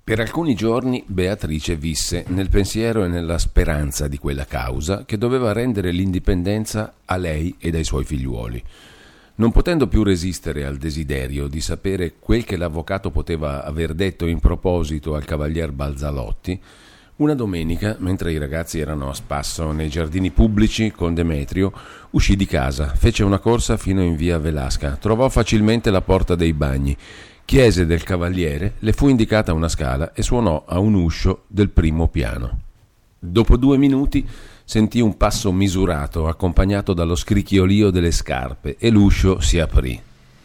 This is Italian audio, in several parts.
Per alcuni giorni Beatrice visse nel pensiero e nella speranza di quella causa che doveva rendere l'indipendenza a lei e ai suoi figliuoli. Non potendo più resistere al desiderio di sapere quel che l'avvocato poteva aver detto in proposito al cavalier Balzalotti, una domenica, mentre i ragazzi erano a spasso nei giardini pubblici con Demetrio, uscì di casa, fece una corsa fino in via Velasca, trovò facilmente la porta dei bagni, chiese del cavaliere, le fu indicata una scala e suonò a un uscio del primo piano. Dopo 2 minuti sentì un passo misurato accompagnato dallo scricchiolio delle scarpe e l'uscio si aprì.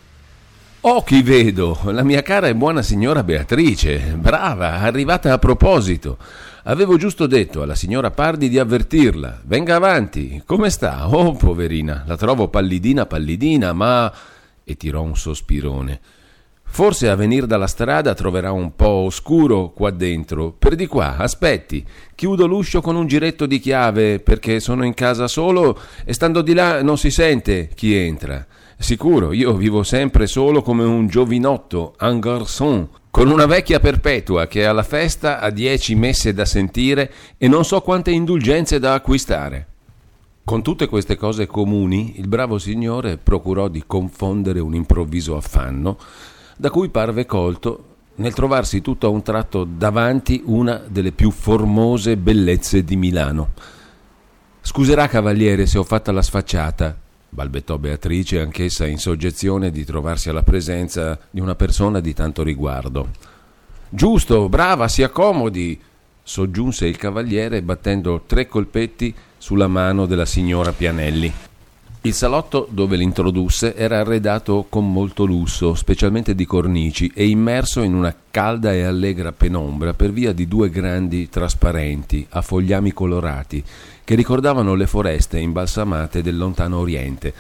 «Oh, chi vedo! La mia cara e buona signora Beatrice! Brava, arrivata a proposito! Avevo giusto detto alla signora Pardi di avvertirla. Venga avanti! Come sta? Oh, poverina, la trovo pallidina, ma...» e tirò un sospirone. «Forse a venir dalla strada troverà un po' oscuro qua dentro. Per di qua, aspetti. Chiudo l'uscio con un giretto di chiave perché sono in casa solo e stando di là non si sente chi entra. Sicuro, io vivo sempre solo come un giovinotto, un garçon, con una vecchia perpetua che alla festa ha 10 messe da sentire e non so quante indulgenze da acquistare». Con tutte queste cose comuni, il bravo signore procurò di confondere un improvviso affanno da cui parve colto nel trovarsi tutto a un tratto davanti una delle più formose bellezze di Milano. «Scuserà, cavaliere, se ho fatta la sfacciata», balbettò Beatrice, anch'essa in soggezione di trovarsi alla presenza di una persona di tanto riguardo. «Giusto, brava, si accomodi», soggiunse il cavaliere battendo 3 colpetti sulla mano della signora Pianelli. Il salotto dove l'introdusse era arredato con molto lusso, specialmente di cornici, e immerso in una calda e allegra penombra per via di 2 grandi trasparenti a fogliami colorati che ricordavano le foreste imbalsamate del lontano oriente.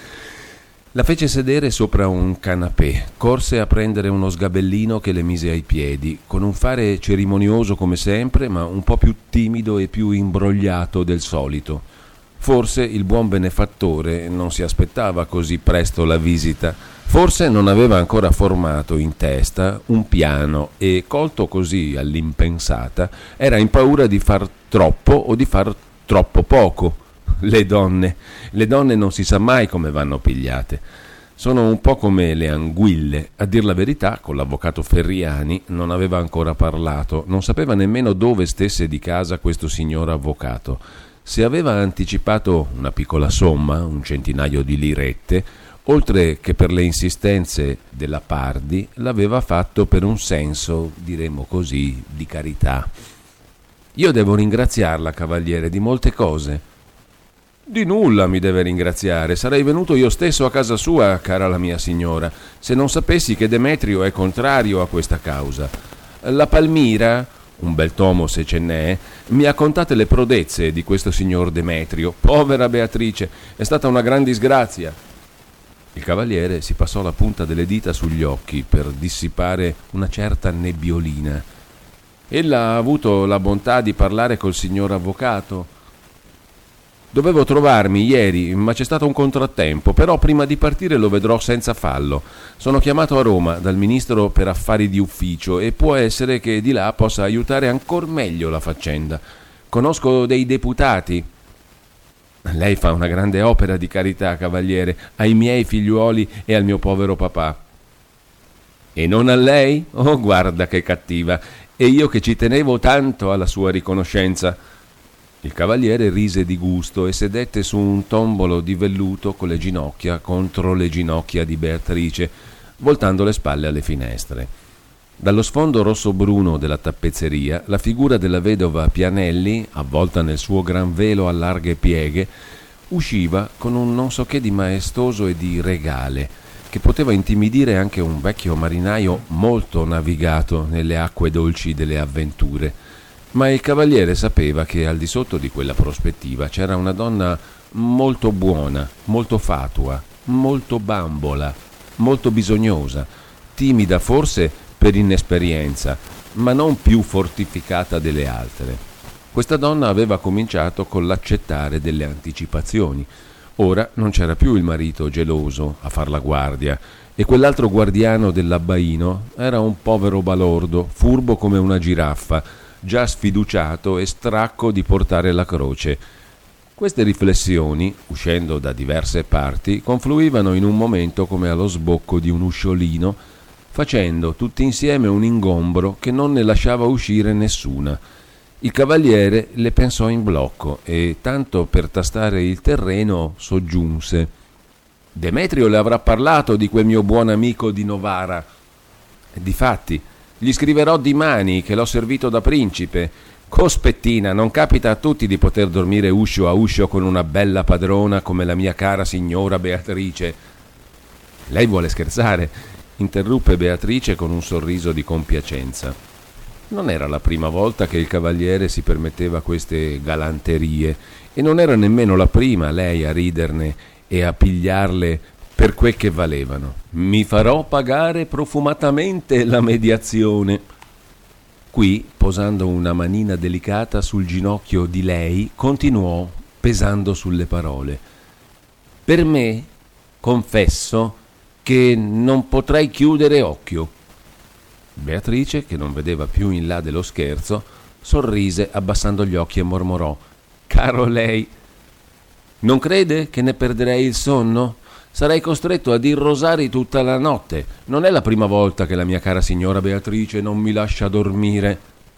La fece sedere sopra un canapè, corse a prendere uno sgabellino che le mise ai piedi, con un fare cerimonioso come sempre, ma un po' più timido e più imbrogliato del solito. Forse il buon benefattore non si aspettava così presto la visita, forse non aveva ancora formato in testa un piano e, colto così all'impensata, era in paura di far troppo o di far troppo poco. Le donne non si sa mai come vanno pigliate. Sono un po' come le anguille. A dir la verità, con l'avvocato Ferriani non aveva ancora parlato, non sapeva nemmeno dove stesse di casa questo signor avvocato. Se aveva anticipato una piccola somma, un centinaio di lirette, oltre che per le insistenze della Pardi, l'aveva fatto per un senso, diremmo così, di carità. «Io devo ringraziarla, cavaliere, di molte cose». «Di nulla mi deve ringraziare, sarei venuto io stesso a casa sua, cara la mia signora, se non sapessi che Demetrio è contrario a questa causa. La Palmira, un bel tomo se ce n'è, mi ha contate le prodezze di questo signor Demetrio. Povera Beatrice, è stata una gran disgrazia». Il cavaliere si passò la punta delle dita sugli occhi per dissipare una certa nebbiolina. «Ella ha avuto la bontà di parlare col signor avvocato?» «Dovevo trovarmi ieri, ma c'è stato un contrattempo, però prima di partire lo vedrò senza fallo. Sono chiamato a Roma dal ministro per affari di ufficio e può essere che di là possa aiutare ancor meglio la faccenda. Conosco dei deputati». «Lei fa una grande opera di carità, cavaliere, ai miei figliuoli e al mio povero papà». «E non a lei? Oh, guarda che cattiva! E io che ci tenevo tanto alla sua riconoscenza». Il cavaliere rise di gusto e sedette su un tombolo di velluto con le ginocchia contro le ginocchia di Beatrice, voltando le spalle alle finestre. Dallo sfondo rosso-bruno della tappezzeria, la figura della vedova Pianelli, avvolta nel suo gran velo a larghe pieghe, usciva con un non so che di maestoso e di regale, che poteva intimidire anche un vecchio marinaio molto navigato nelle acque dolci delle avventure. Ma il cavaliere sapeva che al di sotto di quella prospettiva c'era una donna molto buona, molto fatua, molto bambola, molto bisognosa, timida forse per inesperienza, ma non più fortificata delle altre. Questa donna aveva cominciato con l'accettare delle anticipazioni. Ora non c'era più il marito geloso a far la guardia e quell'altro guardiano dell'abbaino era un povero balordo, furbo come una giraffa, già sfiduciato e stracco di portare la croce. Queste riflessioni, uscendo da diverse parti, confluivano in un momento come allo sbocco di un usciolino, facendo tutti insieme un ingombro che non ne lasciava uscire nessuna. Il cavaliere le pensò in blocco e, tanto per tastare il terreno, soggiunse: «Demetrio le avrà parlato di quel mio buon amico di Novara. Difatti, gli scriverò dimani che l'ho servito da principe. Cospettina, non capita a tutti di poter dormire uscio a uscio con una bella padrona come la mia cara signora Beatrice». «Lei vuole scherzare?» interruppe Beatrice con un sorriso di compiacenza. Non era la prima volta che il cavaliere si permetteva queste galanterie e non era nemmeno la prima lei a riderne e a pigliarle per quel che valevano. «Mi farò pagare profumatamente la mediazione». Qui, posando una manina delicata sul ginocchio di lei, continuò, pesando sulle parole: «Per me, confesso, che non potrei chiudere occhio». Beatrice, che non vedeva più in là dello scherzo, sorrise abbassando gli occhi e mormorò: «Caro lei, non crede che ne perderei il sonno? Sarei costretto a dir rosari tutta la notte. Non è la prima volta che la mia cara signora Beatrice non mi lascia dormire».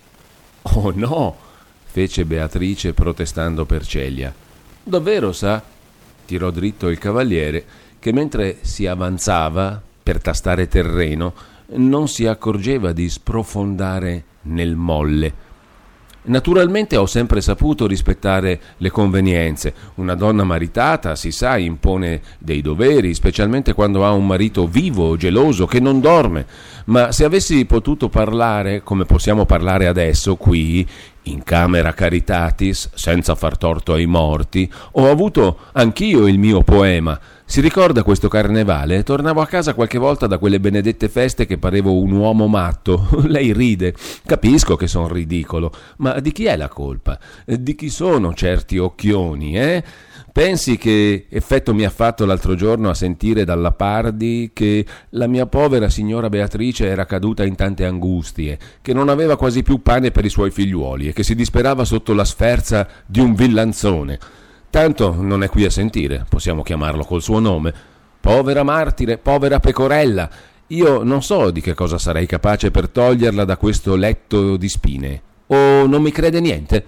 «Oh no!» fece Beatrice protestando per Celia. «Davvero, sa?» tirò dritto il cavaliere, che mentre si avanzava per tastare terreno non si accorgeva di sprofondare nel molle. «Naturalmente ho sempre saputo rispettare le convenienze. Una donna maritata, si sa, impone dei doveri, specialmente quando ha un marito vivo, geloso, che non dorme. Ma se avessi potuto parlare, come possiamo parlare adesso, qui, in camera caritatis, senza far torto ai morti, ho avuto anch'io il mio poema. Si ricorda questo carnevale? Tornavo a casa qualche volta da quelle benedette feste che parevo un uomo matto. Lei ride. Capisco che son ridicolo, ma di chi è la colpa? Di chi sono certi occhioni, eh? Pensi che effetto mi ha fatto l'altro giorno a sentire dalla Pardi che la mia povera signora Beatrice era caduta in tante angustie, che non aveva quasi più pane per i suoi figliuoli e che si disperava sotto la sferza di un villanzone. Tanto non è qui a sentire, possiamo chiamarlo col suo nome. Povera martire, povera pecorella, io non so di che cosa sarei capace per toglierla da questo letto di spine. O non mi crede niente?»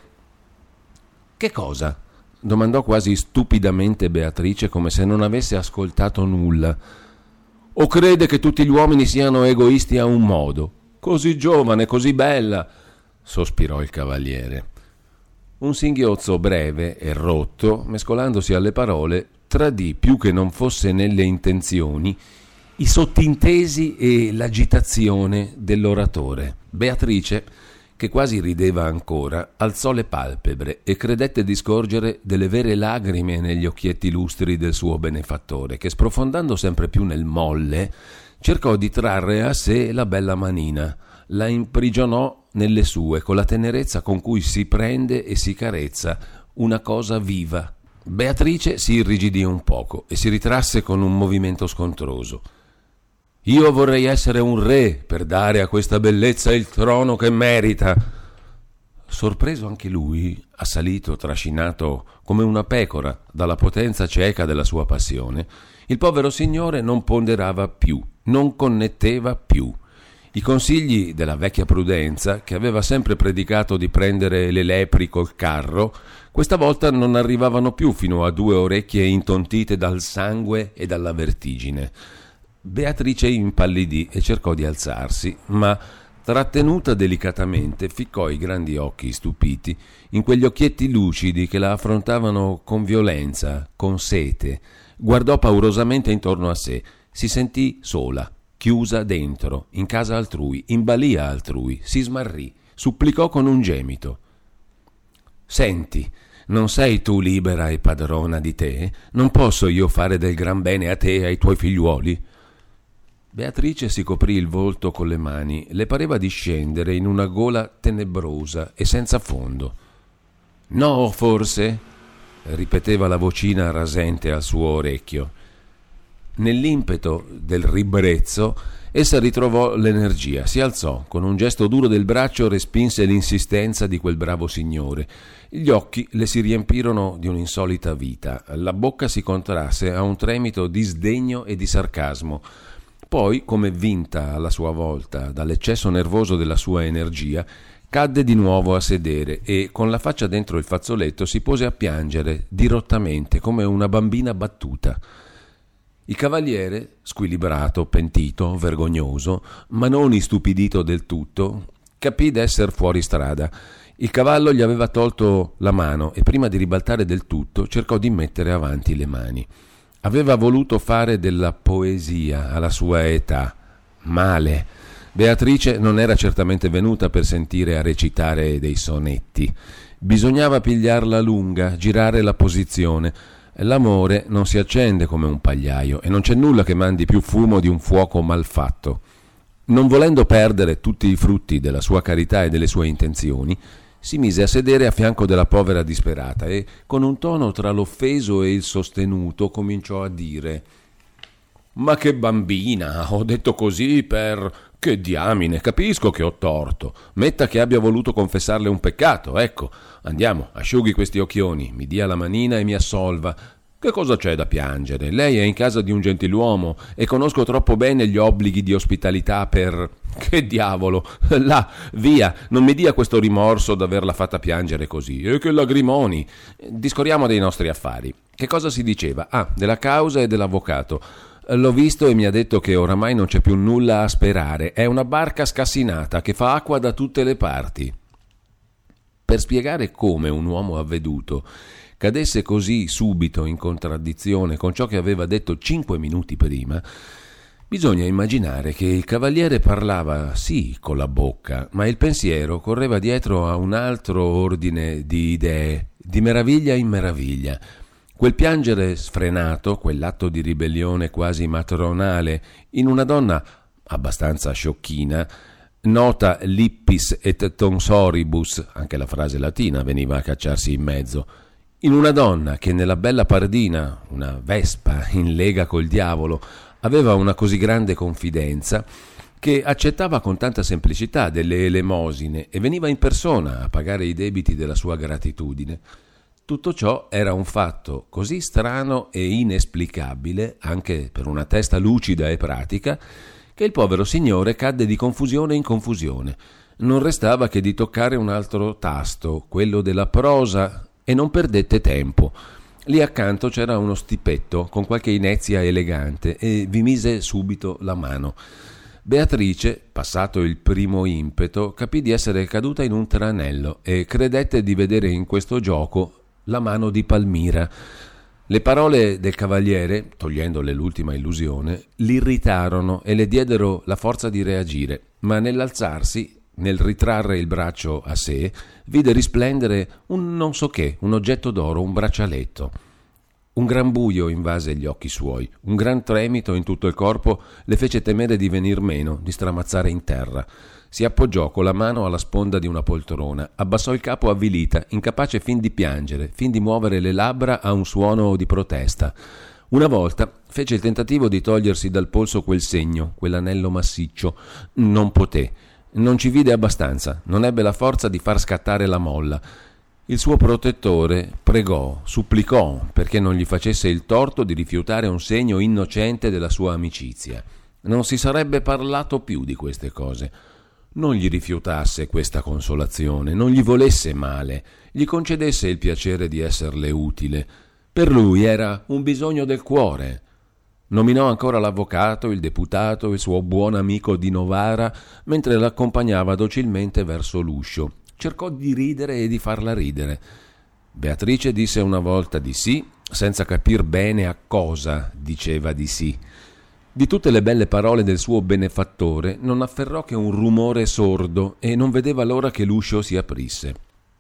«Che cosa?» domandò quasi stupidamente Beatrice, come se non avesse ascoltato nulla. «O crede che tutti gli uomini siano egoisti a un modo? Così giovane, così bella!» sospirò il cavaliere. Un singhiozzo breve e rotto, mescolandosi alle parole, tradì, più che non fosse nelle intenzioni, i sottintesi e l'agitazione dell'oratore. Beatrice, che quasi rideva ancora, alzò le palpebre e credette di scorgere delle vere lagrime negli occhietti lustri del suo benefattore, che, sprofondando sempre più nel molle, cercò di trarre a sé la bella manina, la imprigionò nelle sue con la tenerezza con cui si prende e si carezza una cosa viva. Beatrice si irrigidì un poco e si ritrasse con un movimento scontroso. «Io vorrei essere un re per dare a questa bellezza il trono che merita». Sorpreso anche lui, assalito, trascinato come una pecora dalla potenza cieca della sua passione, il povero signore non ponderava più, non connetteva più. I consigli della vecchia prudenza, che aveva sempre predicato di prendere le lepri col carro, questa volta non arrivavano più fino a due orecchie intontite dal sangue e dalla vertigine. Beatrice impallidì e cercò di alzarsi, ma, trattenuta delicatamente, ficcò i grandi occhi stupiti in quegli occhietti lucidi che la affrontavano con violenza, con sete. Guardò paurosamente intorno a sé, si sentì sola, chiusa dentro, in casa altrui, in balia altrui, si smarrì, supplicò con un gemito. «Senti, non sei tu libera e padrona di te? Non posso io fare del gran bene a te e ai tuoi figliuoli?» Beatrice si coprì il volto con le mani, le pareva di scendere in una gola tenebrosa e senza fondo. «No, forse?» ripeteva la vocina rasente al suo orecchio. Nell'impeto del ribrezzo essa ritrovò l'energia, si alzò, con un gesto duro del braccio respinse l'insistenza di quel bravo signore. Gli occhi le si riempirono di un'insolita vita, la bocca si contrasse a un tremito di sdegno e di sarcasmo. Poi, come vinta alla sua volta dall'eccesso nervoso della sua energia, cadde di nuovo a sedere e, con la faccia dentro il fazzoletto, si pose a piangere dirottamente come una bambina battuta. Il cavaliere, squilibrato, pentito, vergognoso, ma non istupidito del tutto, capì d'esser fuori strada. Il cavallo gli aveva tolto la mano e prima di ribaltare del tutto cercò di mettere avanti le mani. Aveva voluto fare della poesia alla sua età. Male. Beatrice non era certamente venuta per sentire a recitare dei sonetti. Bisognava pigliarla lunga, girare la posizione. L'amore non si accende come un pagliaio e non c'è nulla che mandi più fumo di un fuoco malfatto. Non volendo perdere tutti i frutti della sua carità e delle sue intenzioni, si mise a sedere a fianco della povera disperata e, con un tono tra l'offeso e il sostenuto, cominciò a dire: «Ma che bambina, ho detto così per... Che diamine, capisco che ho torto. Metta che abbia voluto confessarle un peccato, ecco. Andiamo, asciughi questi occhioni, mi dia la manina e mi assolva. Che cosa c'è da piangere? Lei è in casa di un gentiluomo e conosco troppo bene gli obblighi di ospitalità per... Che diavolo! Là, via, non mi dia questo rimorso d'averla fatta piangere così. E che lagrimoni! Discorriamo dei nostri affari. Che cosa si diceva? Ah, della causa e dell'avvocato. L'ho visto e mi ha detto che oramai non c'è più nulla a sperare. È una barca scassinata che fa acqua da tutte le parti. Per spiegare come un uomo avveduto cadesse così subito in contraddizione con ciò che aveva detto 5 minuti prima, bisogna immaginare che il cavaliere parlava sì con la bocca, ma il pensiero correva dietro a un altro ordine di idee, di meraviglia in meraviglia. Quel piangere sfrenato, quell'atto di ribellione quasi matronale in una donna abbastanza sciocchina, nota lippis et tonsoribus, anche la frase latina veniva a cacciarsi in mezzo, in una donna che nella bella pardina, una vespa in lega col diavolo, aveva una così grande confidenza che accettava con tanta semplicità delle elemosine e veniva in persona a pagare i debiti della sua gratitudine. Tutto ciò era un fatto così strano e inesplicabile, anche per una testa lucida e pratica, che il povero signore cadde di confusione in confusione. Non restava che di toccare un altro tasto, quello della prosa, e non perdette tempo. Lì accanto c'era uno stipetto con qualche inezia elegante e vi mise subito la mano. Beatrice, passato il primo impeto, capì di essere caduta in un tranello e credette di vedere in questo gioco la mano di Palmira. Le parole del cavaliere, togliendole l'ultima illusione, l'irritarono e le diedero la forza di reagire, ma nell'alzarsi, nel ritrarre il braccio a sé, vide risplendere un non so che, un oggetto d'oro, un braccialetto. Un gran buio invase gli occhi suoi, un gran tremito in tutto il corpo le fece temere di venir meno, di stramazzare in terra. Si appoggiò con la mano alla sponda di una poltrona, abbassò il capo avvilita, incapace fin di piangere, fin di muovere le labbra a un suono di protesta. Una volta fece il tentativo di togliersi dal polso quel segno, quell'anello massiccio. Non poté, non ci vide abbastanza, non ebbe la forza di far scattare la molla. Il suo protettore pregò, supplicò perché non gli facesse il torto di rifiutare un segno innocente della sua amicizia. Non si sarebbe parlato più di queste cose. Non gli rifiutasse questa consolazione, non gli volesse male, gli concedesse il piacere di esserle utile. Per lui era un bisogno del cuore. Nominò ancora l'avvocato, il deputato, il suo buon amico di Novara, mentre l'accompagnava docilmente verso l'uscio. Cercò di ridere e di farla ridere. Beatrice disse una volta di sì, senza capir bene a cosa diceva di sì. Di tutte le belle parole del suo benefattore non afferrò che un rumore sordo e non vedeva l'ora che l'uscio si aprisse.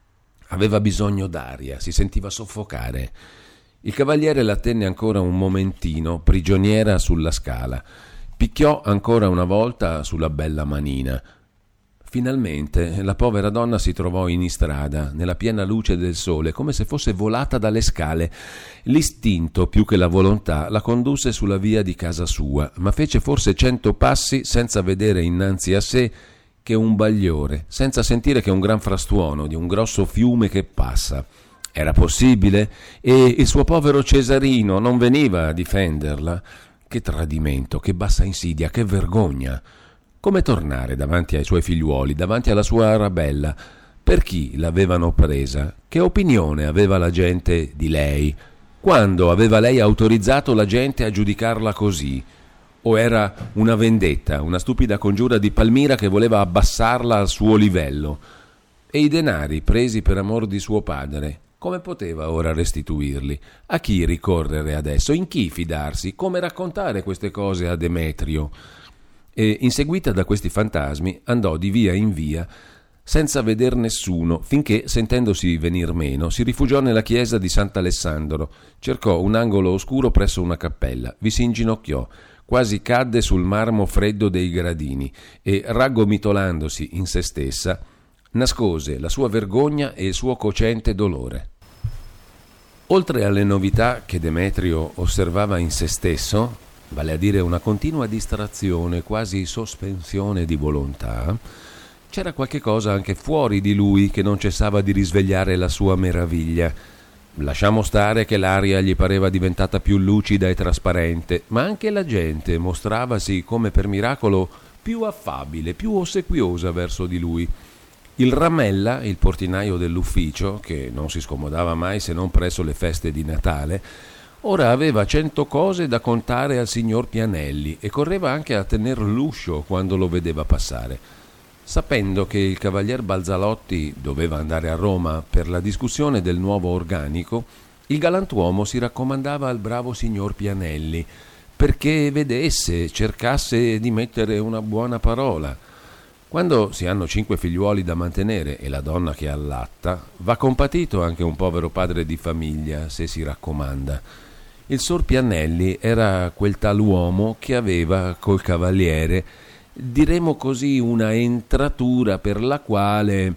Aveva bisogno d'aria, si sentiva soffocare. Il cavaliere la tenne ancora un momentino, prigioniera sulla scala. Picchiò ancora una volta sulla bella manina. Finalmente la povera donna si trovò in istrada, nella piena luce del sole, come se fosse volata dalle scale. L'istinto, più che la volontà, la condusse sulla via di casa sua, ma fece forse 100 passi senza vedere innanzi a sé che un bagliore, senza sentire che un gran frastuono di un grosso fiume che passa. Era possibile? E il suo povero Cesarino non veniva a difenderla? Che tradimento, che bassa insidia, che vergogna! Come tornare davanti ai suoi figliuoli, davanti alla sua Arabella? Per chi l'avevano presa? Che opinione aveva la gente di lei? Quando aveva lei autorizzato la gente a giudicarla così? O era una vendetta, una stupida congiura di Palmira che voleva abbassarla al suo livello? E i denari presi per amor di suo padre, come poteva ora restituirli? A chi ricorrere adesso? In chi fidarsi? Come raccontare queste cose a Demetrio? E, inseguita da questi fantasmi, andò di via in via senza veder nessuno, finché, sentendosi venir meno, si rifugiò nella chiesa di Sant'Alessandro, cercò un angolo oscuro presso una cappella, vi si inginocchiò, quasi cadde sul marmo freddo dei gradini e, raggomitolandosi in se stessa, nascose la sua vergogna e il suo cocente dolore. Oltre alle novità che Demetrio osservava in se stesso, vale a dire una continua distrazione, quasi sospensione di volontà, c'era qualche cosa anche fuori di lui che non cessava di risvegliare la sua meraviglia. Lasciamo stare che l'aria gli pareva diventata più lucida e trasparente, ma anche la gente mostravasi come per miracolo più affabile, più ossequiosa verso di lui. Il Ramella, il portinaio dell'ufficio, che non si scomodava mai se non presso le feste di Natale, ora aveva 100 cose da contare al signor Pianelli e correva anche a tener l'uscio quando lo vedeva passare. Sapendo che il cavalier Balzalotti doveva andare a Roma per la discussione del nuovo organico, il galantuomo si raccomandava al bravo signor Pianelli perché vedesse, cercasse di mettere una buona parola. Quando si hanno 5 figliuoli da mantenere e la donna che allatta, va compatito anche un povero padre di famiglia se si raccomanda. Il sor Pianelli era quel tal uomo che aveva col cavaliere, diremo così, una entratura per la quale...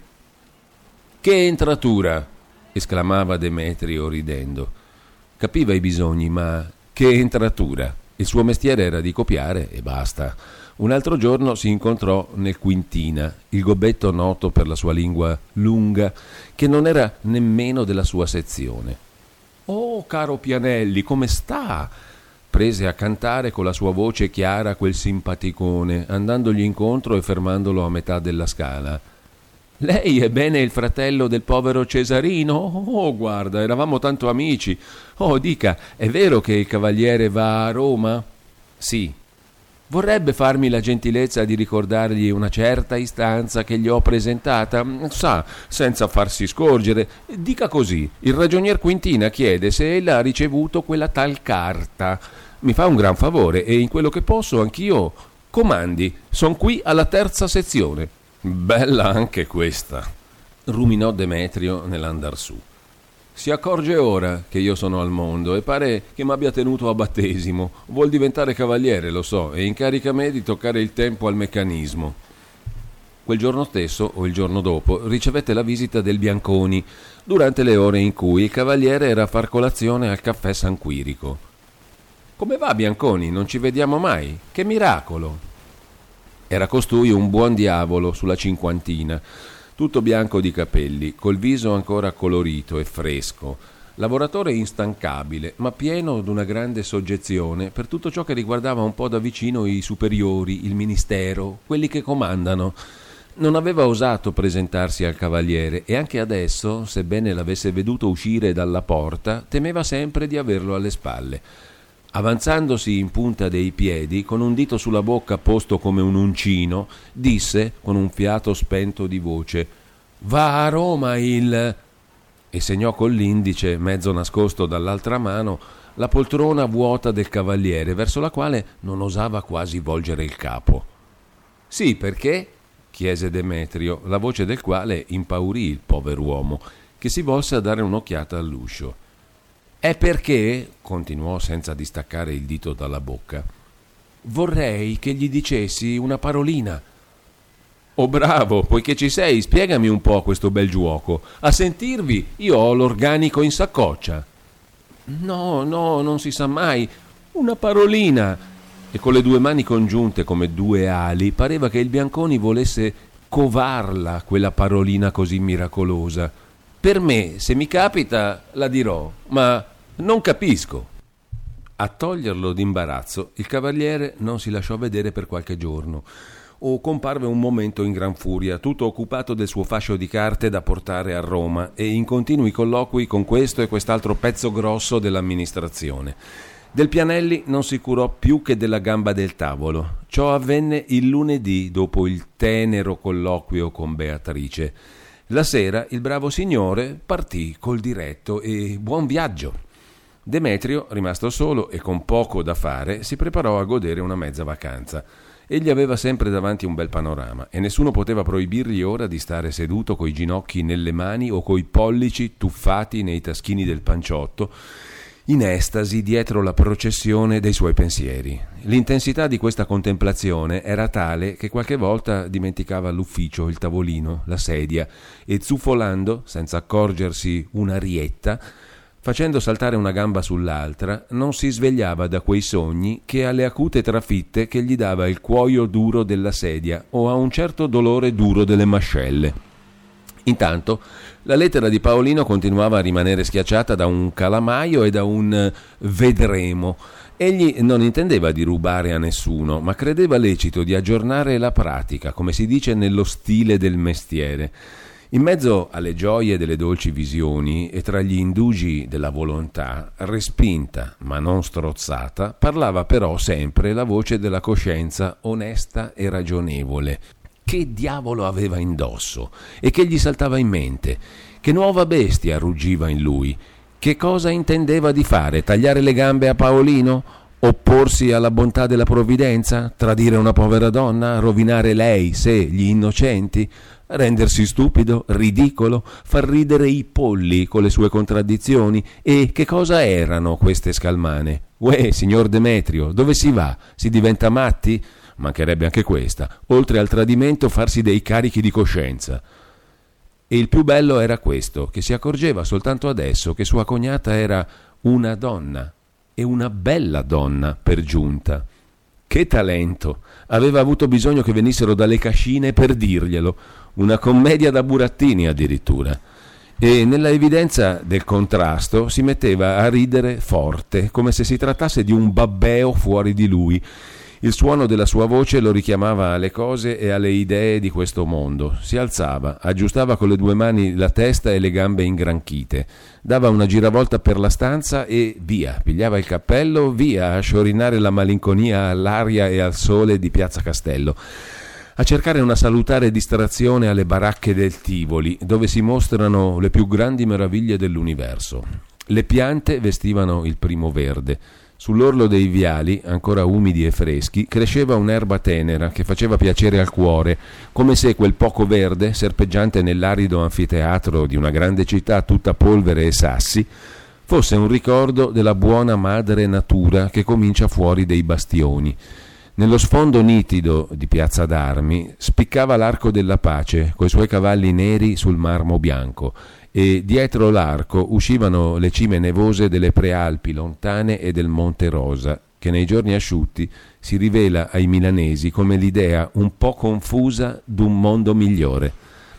«Che entratura?» esclamava Demetrio ridendo. Capiva i bisogni, ma che entratura? Il suo mestiere era di copiare e basta. Un altro giorno si incontrò nel Quintina, il gobbetto noto per la sua lingua lunga, che non era nemmeno della sua sezione. «Oh, caro Pianelli, come sta?» Prese a cantare con la sua voce chiara quel simpaticone, andandogli incontro e fermandolo a metà della scala. «Lei è bene il fratello del povero Cesarino? Oh, guarda, eravamo tanto amici. Oh, dica, è vero che il cavaliere va a Roma?» «Sì». «Vorrebbe farmi la gentilezza di ricordargli una certa istanza che gli ho presentata? Sa, senza farsi scorgere. Dica così, il ragionier Quintina chiede se ella ha ricevuto quella tal carta. Mi fa un gran favore e in quello che posso anch'io comandi. Son qui alla 3ª sezione». «Bella anche questa», ruminò Demetrio nell'andar su. «Si accorge ora che io sono al mondo e pare che m'abbia tenuto a battesimo. Vuol diventare cavaliere, lo so, e incarica me di toccare il tempo al meccanismo». Quel giorno stesso, o il giorno dopo, ricevette la visita del Bianconi, durante le ore in cui il cavaliere era a far colazione al caffè San Quirico. «Come va, Bianconi? Non ci vediamo mai? Che miracolo!» Era costui un buon diavolo sulla 50, tutto bianco di capelli, col viso ancora colorito e fresco, lavoratore instancabile, ma pieno d'una grande soggezione per tutto ciò che riguardava un po' da vicino i superiori, il ministero, quelli che comandano. Non aveva osato presentarsi al cavaliere e anche adesso, sebbene l'avesse veduto uscire dalla porta, temeva sempre di averlo alle spalle. Avanzandosi in punta dei piedi, con un dito sulla bocca posto come un uncino, disse con un fiato spento di voce: «Va a Roma il...» e segnò con l'indice, mezzo nascosto dall'altra mano, la poltrona vuota del cavaliere, verso la quale non osava quasi volgere il capo. «Sì, perché?» chiese Demetrio, la voce del quale impaurì il pover'uomo, che si volse a dare un'occhiata all'uscio. «È perché», continuò senza distaccare il dito dalla bocca, «vorrei che gli dicessi una parolina». Oh bravo, poiché ci sei, spiegami un po' questo bel giuoco. A sentirvi, io ho l'organico in saccoccia. No, non si sa mai. Una parolina. E con le due mani congiunte come due ali pareva che il Bianconi volesse covarla, quella parolina così miracolosa. Per me, se mi capita, la dirò, ma non capisco. A toglierlo d'imbarazzo, il cavaliere non si lasciò vedere per qualche giorno, o comparve un momento in gran furia, tutto occupato del suo fascio di carte da portare a Roma e in continui colloqui con questo e quest'altro pezzo grosso dell'amministrazione. Del Pianelli non si curò più che della gamba del tavolo. Ciò avvenne il lunedì dopo il tenero colloquio con Beatrice. La sera il bravo signore partì col diretto e buon viaggio. Demetrio, rimasto solo e con poco da fare, si preparò a godere una mezza vacanza. Egli aveva sempre davanti un bel panorama e nessuno poteva proibirgli ora di stare seduto coi ginocchi nelle mani o coi pollici tuffati nei taschini del panciotto, in estasi dietro la processione dei suoi pensieri. L'intensità di questa contemplazione era tale che qualche volta dimenticava l'ufficio, il tavolino, la sedia e zuffolando, senza accorgersi una rietta, facendo saltare una gamba sull'altra, non si svegliava da quei sogni che alle acute trafitte che gli dava il cuoio duro della sedia o a un certo dolore duro delle mascelle. Intanto la lettera di Paolino continuava a rimanere schiacciata da un calamaio e da un vedremo. Egli non intendeva di rubare a nessuno, ma credeva lecito di aggiornare la pratica, come si dice nello stile del mestiere. In mezzo alle gioie delle dolci visioni e tra gli indugi della volontà, respinta ma non strozzata, parlava però sempre la voce della coscienza onesta e ragionevole. Che diavolo aveva indosso e che gli saltava in mente? Che nuova bestia ruggiva in lui? Che cosa intendeva di fare? Tagliare le gambe a Paolino? Opporsi alla bontà della provvidenza? Tradire una povera donna? Rovinare lei, sé, gli innocenti? Rendersi stupido, ridicolo, far ridere i polli con le sue contraddizioni? E che cosa erano queste scalmane? Uè, signor Demetrio, dove si va? Si diventa matti? Mancherebbe anche questa, oltre al tradimento farsi dei carichi di coscienza. E il più bello era questo, che si accorgeva soltanto adesso che sua cognata era una donna, e una bella donna per giunta. Che talento! Aveva avuto bisogno che venissero dalle cascine per dirglielo, una commedia da burattini addirittura. E nella evidenza del contrasto si metteva a ridere forte, come se si trattasse di un babbeo fuori di lui. Il suono della sua voce lo richiamava alle cose e alle idee di questo mondo. Si alzava, aggiustava con le due mani la testa e le gambe ingranchite, dava una giravolta per la stanza e via, pigliava il cappello, via a sciorinare la malinconia all'aria e al sole di Piazza Castello, a cercare una salutare distrazione alle baracche del Tivoli, dove si mostrano le più grandi meraviglie dell'universo. Le piante vestivano il primo verde. Sull'orlo dei viali, ancora umidi e freschi, cresceva un'erba tenera che faceva piacere al cuore, come se quel poco verde, serpeggiante nell'arido anfiteatro di una grande città tutta polvere e sassi, fosse un ricordo della buona madre natura che comincia fuori dei bastioni. Nello sfondo nitido di Piazza d'Armi spiccava l'Arco della Pace, coi suoi cavalli neri sul marmo bianco, e dietro l'arco uscivano le cime nevose delle prealpi lontane e del Monte Rosa, che nei giorni asciutti si rivela ai milanesi come l'idea un po' confusa d'un mondo migliore.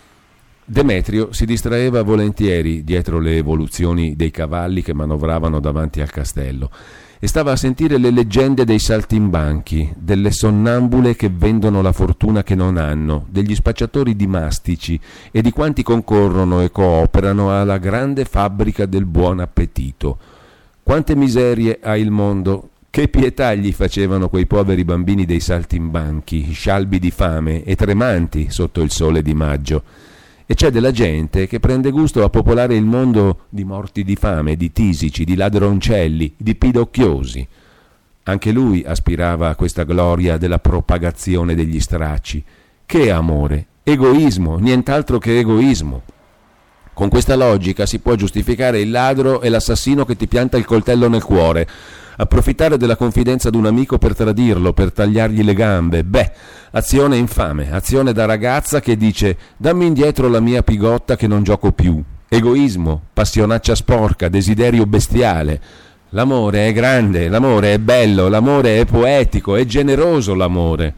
Demetrio si distraeva volentieri dietro le evoluzioni dei cavalli che manovravano davanti al castello e stava a sentire le leggende dei saltimbanchi, delle sonnambule che vendono la fortuna che non hanno, degli spacciatori di mastici e di quanti concorrono e cooperano alla grande fabbrica del buon appetito. Quante miserie ha il mondo! Che pietà gli facevano quei poveri bambini dei saltimbanchi, scialbi di fame e tremanti sotto il sole di maggio. E c'è della gente che prende gusto a popolare il mondo di morti di fame, di tisici, di ladroncelli, di pidocchiosi. Anche lui aspirava a questa gloria della propagazione degli stracci. Che amore! Egoismo, nient'altro che egoismo. Con questa logica si può giustificare il ladro e l'assassino che ti pianta il coltello nel cuore, approfittare della confidenza d'un amico per tradirlo, per tagliargli le gambe. Beh, azione infame, azione da ragazza che dice dammi indietro la mia pigotta che non gioco più. Egoismo, passionaccia sporca, desiderio bestiale. L'amore è grande, l'amore è bello, l'amore è poetico, è generoso l'amore.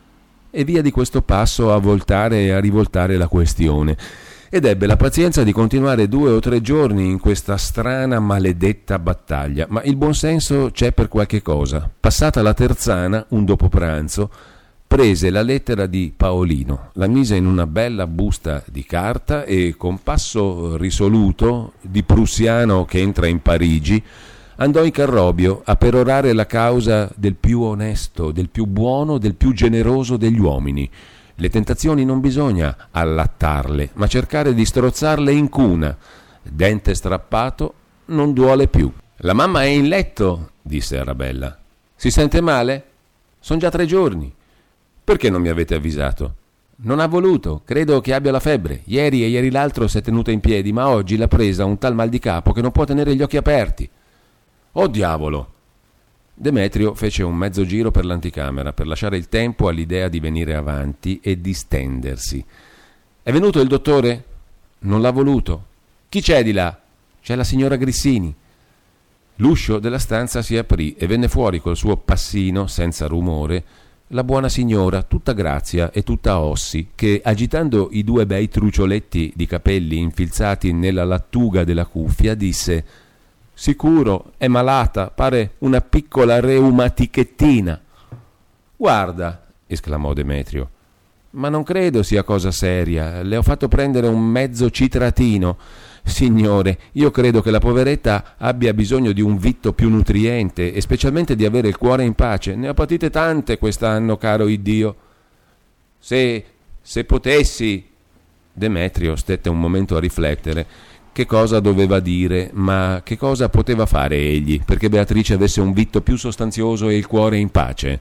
E via di questo passo a voltare e a rivoltare la questione. Ed ebbe la pazienza di continuare 2 o 3 giorni in questa strana, maledetta battaglia. Ma il buonsenso c'è per qualche cosa. Passata la terzana, un dopo pranzo, prese la lettera di Paolino, la mise in una bella busta di carta e con passo risoluto di prussiano che entra in Parigi andò in Carrobio a perorare la causa del più onesto, del più buono, del più generoso degli uomini. Le tentazioni non bisogna allattarle, ma cercare di strozzarle in cuna. Dente strappato non duole più. La mamma è in letto, disse Arabella. Si sente male? Sono già 3 giorni. Perché non mi avete avvisato? Non ha voluto, credo che abbia la febbre. Ieri e ieri l'altro si è tenuta in piedi, ma oggi l'ha presa un tal mal di capo che non può tenere gli occhi aperti. Oh diavolo! Demetrio fece un mezzo giro per l'anticamera per lasciare il tempo all'idea di venire avanti e di stendersi. È venuto il dottore? Non l'ha voluto. Chi c'è di là? C'è la signora Grissini. L'uscio della stanza si aprì e venne fuori col suo passino senza rumore la buona signora, tutta grazia e tutta ossi, che agitando i 2 bei trucioletti di capelli infilzati nella lattuga della cuffia disse: sicuro, è malata, pare una piccola reumatichettina. Guarda, esclamò Demetrio, ma non credo sia cosa seria, le ho fatto prendere un mezzo citratino. Signore, io credo che la poveretta abbia bisogno di un vitto più nutriente e specialmente di avere il cuore in pace. Ne ho patite tante quest'anno, caro Iddio. Se potessi... Demetrio stette un momento a riflettere che cosa doveva dire, ma che cosa poteva fare egli perché Beatrice avesse un vitto più sostanzioso e il cuore in pace.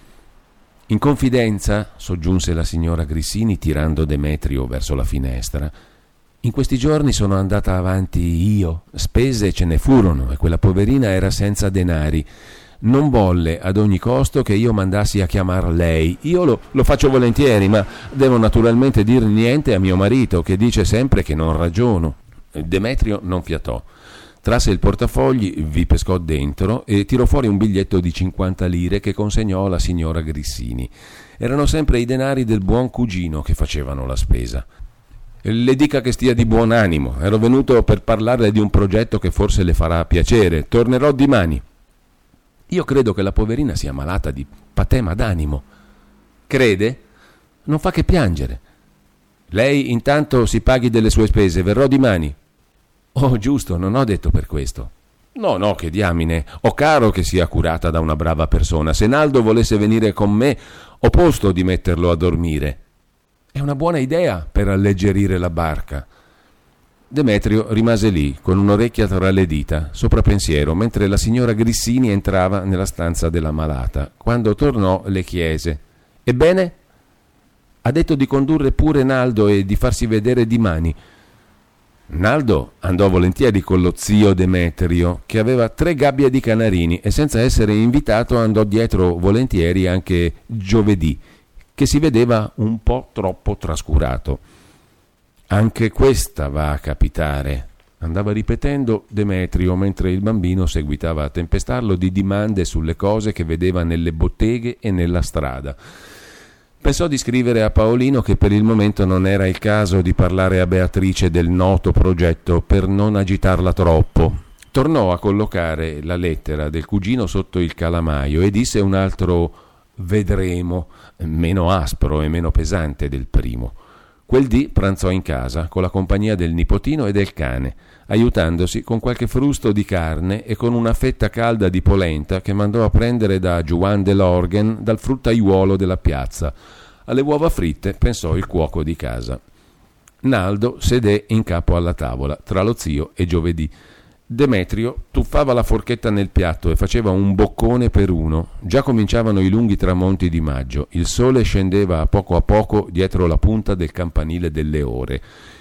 In confidenza, soggiunse la signora Grissini tirando Demetrio verso la finestra, in questi giorni sono andata avanti io, spese ce ne furono e quella poverina era senza denari. Non volle ad ogni costo che io mandassi a chiamar lei. Io lo faccio volentieri, ma devo naturalmente dir niente a mio marito, che dice sempre che non ragiono. Demetrio non fiatò. Trasse il portafogli, vi pescò dentro e tirò fuori un biglietto di 50 lire che consegnò alla signora Grissini. Erano sempre i denari del buon cugino che facevano la spesa. Le dica che stia di buon animo. Ero venuto per parlarle di un progetto che forse le farà piacere. Tornerò dimani. Io credo che la poverina sia malata di patema d'animo. Crede? Non fa che piangere. Lei intanto si paghi delle sue spese, verrò dimani. Oh, giusto, non ho detto per questo. No, che diamine, ho caro che sia curata da una brava persona. Se Naldo volesse venire con me, ho posto di metterlo a dormire. È una buona idea per alleggerire la barca. Demetrio rimase lì, con un'orecchia tra le dita, sopra pensiero, mentre la signora Grissini entrava nella stanza della malata. Quando tornò le chiese: ebbene? Ha detto di condurre pure Naldo e di farsi vedere dimani. Naldo andò volentieri con lo zio Demetrio, che aveva 3 gabbie di canarini, e senza essere invitato andò dietro volentieri anche giovedì, che si vedeva un po' troppo trascurato. Anche questa va a capitare, andava ripetendo Demetrio mentre il bambino seguitava a tempestarlo di dimande sulle cose che vedeva nelle botteghe e nella strada. Pensò di scrivere a Paolino che per il momento non era il caso di parlare a Beatrice del noto progetto per non agitarla troppo. Tornò a collocare la lettera del cugino sotto il calamaio e disse un altro vedremo, meno aspro e meno pesante del primo. Quel dì pranzò in casa con la compagnia del nipotino e del cane, aiutandosi con qualche frusto di carne e con una fetta calda di polenta che mandò a prendere da Juan de Lorgen dal fruttaiuolo della piazza. Alle uova fritte pensò il cuoco di casa. Naldo sedé in capo alla tavola tra lo zio e giovedì. Demetrio tuffava la forchetta nel piatto e faceva un boccone per uno. Già cominciavano i lunghi tramonti di maggio. Il sole scendeva a poco dietro la punta del campanile delle ore.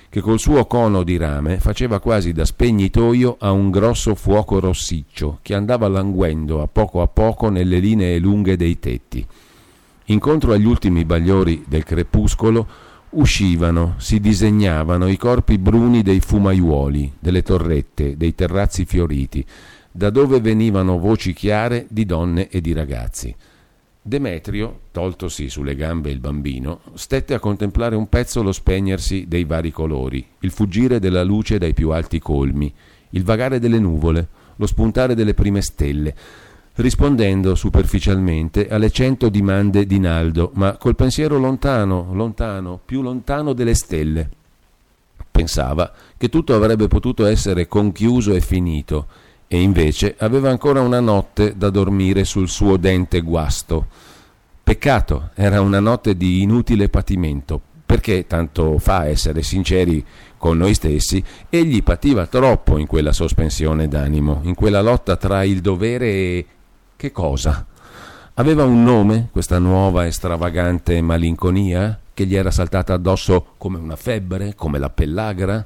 che col suo cono di rame faceva quasi da spegnitoio a un grosso fuoco rossiccio che andava languendo a poco nelle linee lunghe dei tetti. Incontro agli ultimi bagliori del crepuscolo uscivano, si disegnavano i corpi bruni dei fumaiuoli, delle torrette, dei terrazzi fioriti, da dove venivano voci chiare di donne e di ragazzi. Demetrio, toltosi sulle gambe il bambino, stette a contemplare un pezzo lo spegnersi dei vari colori, il fuggire della luce dai più alti colmi, il vagare delle nuvole, lo spuntare delle prime stelle, rispondendo superficialmente alle 100 dimande di Naldo, ma col pensiero lontano, più lontano delle stelle. Pensava che tutto avrebbe potuto essere conchiuso e finito, e invece aveva ancora una notte da dormire sul suo dente guasto. Peccato, era una notte di inutile patimento, perché tanto fa essere sinceri con noi stessi, egli pativa troppo in quella sospensione d'animo, in quella lotta tra il dovere e... che cosa? Aveva un nome, questa nuova e stravagante malinconia, che gli era saltata addosso come una febbre, come la pellagra?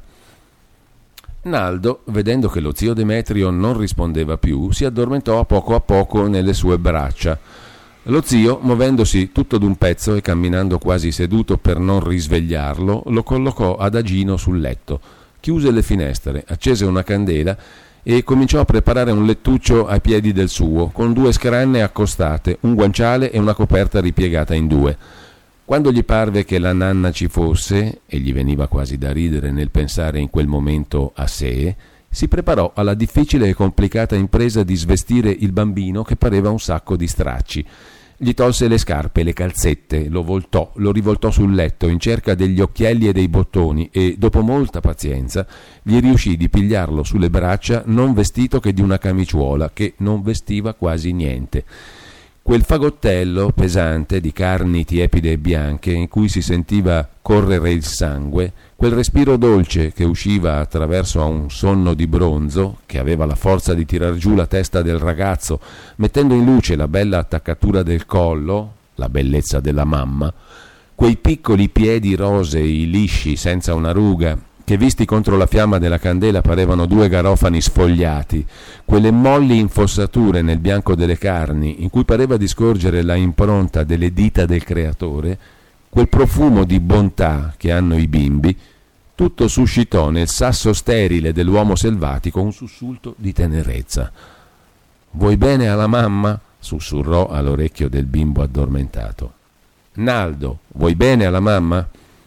Naldo, vedendo che lo zio Demetrio non rispondeva più, si addormentò a poco nelle sue braccia. Lo zio, muovendosi tutto d'un pezzo e camminando quasi seduto per non risvegliarlo, lo collocò adagino sul letto, chiuse le finestre, accese una candela e cominciò a preparare un lettuccio ai piedi del suo, con 2 scranne accostate, un guanciale e una coperta ripiegata in 2. Quando gli parve che la nanna ci fosse, e gli veniva quasi da ridere nel pensare in quel momento a sé, si preparò alla difficile e complicata impresa di svestire il bambino che pareva un sacco di stracci. Gli tolse le scarpe, le calzette, lo rivoltò sul letto in cerca degli occhielli e dei bottoni e, dopo molta pazienza, gli riuscì di pigliarlo sulle braccia non vestito che di una camiciuola che non vestiva quasi niente. Quel fagottello pesante di carni tiepide e bianche in cui si sentiva correre il sangue, quel respiro dolce che usciva attraverso a un sonno di bronzo, che aveva la forza di tirar giù la testa del ragazzo, mettendo in luce la bella attaccatura del collo, la bellezza della mamma, quei piccoli piedi rosei, lisci, senza una ruga, che visti contro la fiamma della candela parevano 2 garofani sfogliati, quelle molli infossature nel bianco delle carni, in cui pareva di scorgere la impronta delle dita del creatore, quel profumo di bontà che hanno i bimbi, tutto suscitò nel sasso sterile dell'uomo selvatico un sussulto di tenerezza. «Vuoi bene alla mamma?» sussurrò all'orecchio del bimbo addormentato. «Naldo, vuoi bene alla mamma?»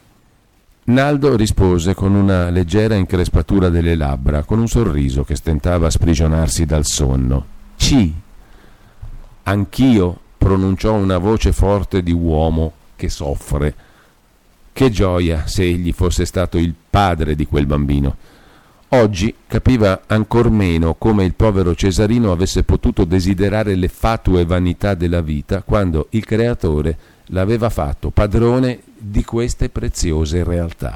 Naldo rispose con una leggera increspatura delle labbra, con un sorriso che stentava a sprigionarsi dal sonno. «Ci!» «Anch'io», pronunciò una voce forte di uomo che soffre. Che gioia se egli fosse stato il padre di quel bambino. Oggi capiva ancor meno come il povero Cesarino avesse potuto desiderare le fatue vanità della vita quando il creatore l'aveva fatto padrone di queste preziose realtà.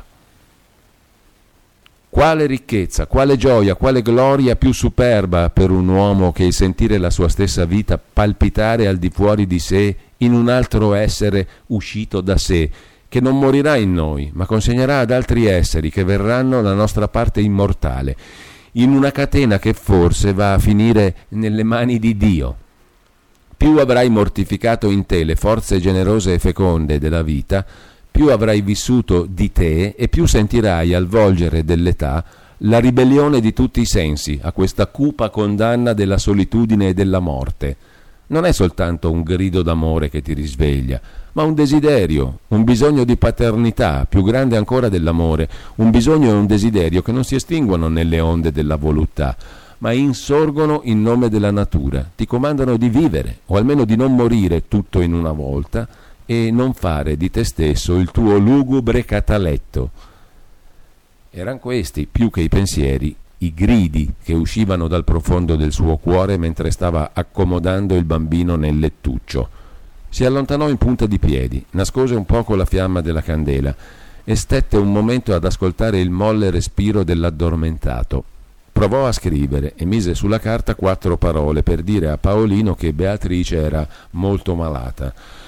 Quale ricchezza, quale gioia, quale gloria più superba per un uomo che il sentire la sua stessa vita palpitare al di fuori di sé in un altro essere uscito da sé, che non morirà in noi, ma consegnerà ad altri esseri che verranno la nostra parte immortale, in una catena che forse va a finire nelle mani di Dio. Più avrai mortificato in te le forze generose e feconde della vita, più avrai vissuto di te e più sentirai al volgere dell'età la ribellione di tutti i sensi a questa cupa condanna della solitudine e della morte. Non è soltanto un grido d'amore che ti risveglia, ma un desiderio, un bisogno di paternità più grande ancora dell'amore, un bisogno e un desiderio che non si estinguono nelle onde della voluttà, ma insorgono in nome della natura, ti comandano di vivere, o almeno di non morire tutto in una volta e non fare di te stesso il tuo lugubre cataletto. Eran questi, più che i pensieri, i gridi che uscivano dal profondo del suo cuore mentre stava accomodando il bambino nel lettuccio. Si allontanò in punta di piedi, nascose un poco la fiamma della candela e stette un momento ad ascoltare il molle respiro dell'addormentato. Provò a scrivere e mise sulla carta 4 parole per dire a Paolino che Beatrice era molto malata.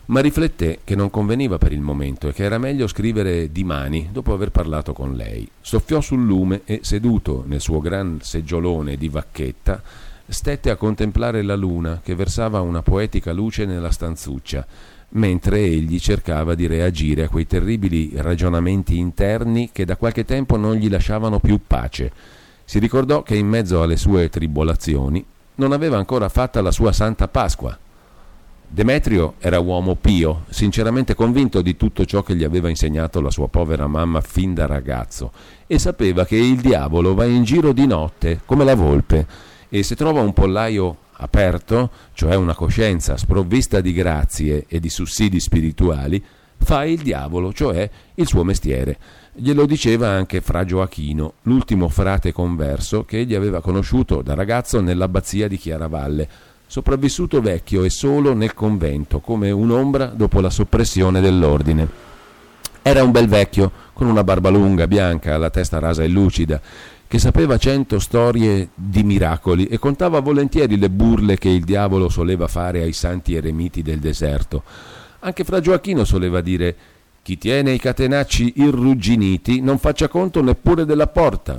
ma rifletté che non conveniva per il momento e che era meglio scrivere dimani dopo aver parlato con lei. Soffiò sul lume e, seduto nel suo gran seggiolone di vacchetta, stette a contemplare la luna che versava una poetica luce nella stanzuccia, mentre egli cercava di reagire a quei terribili ragionamenti interni che da qualche tempo non gli lasciavano più pace. Si ricordò che in mezzo alle sue tribolazioni non aveva ancora fatta la sua Santa Pasqua. Demetrio era uomo pio, sinceramente convinto di tutto ciò che gli aveva insegnato la sua povera mamma fin da ragazzo, e sapeva che il diavolo va in giro di notte come la volpe, e se trova un pollaio aperto, cioè una coscienza sprovvista di grazie e di sussidi spirituali, fa il diavolo, cioè il suo mestiere. Glielo diceva anche fra Gioachino, l'ultimo frate converso che egli aveva conosciuto da ragazzo nell'abbazia di Chiaravalle, sopravvissuto vecchio e solo nel convento, come un'ombra dopo la soppressione dell'ordine. Era un bel vecchio, con una barba lunga, bianca, la testa rasa e lucida, che sapeva 100 storie di miracoli e contava volentieri le burle che il diavolo soleva fare ai santi eremiti del deserto. Anche fra Gioachino soleva dire: chi tiene i catenacci irrugginiti non faccia conto neppure della porta.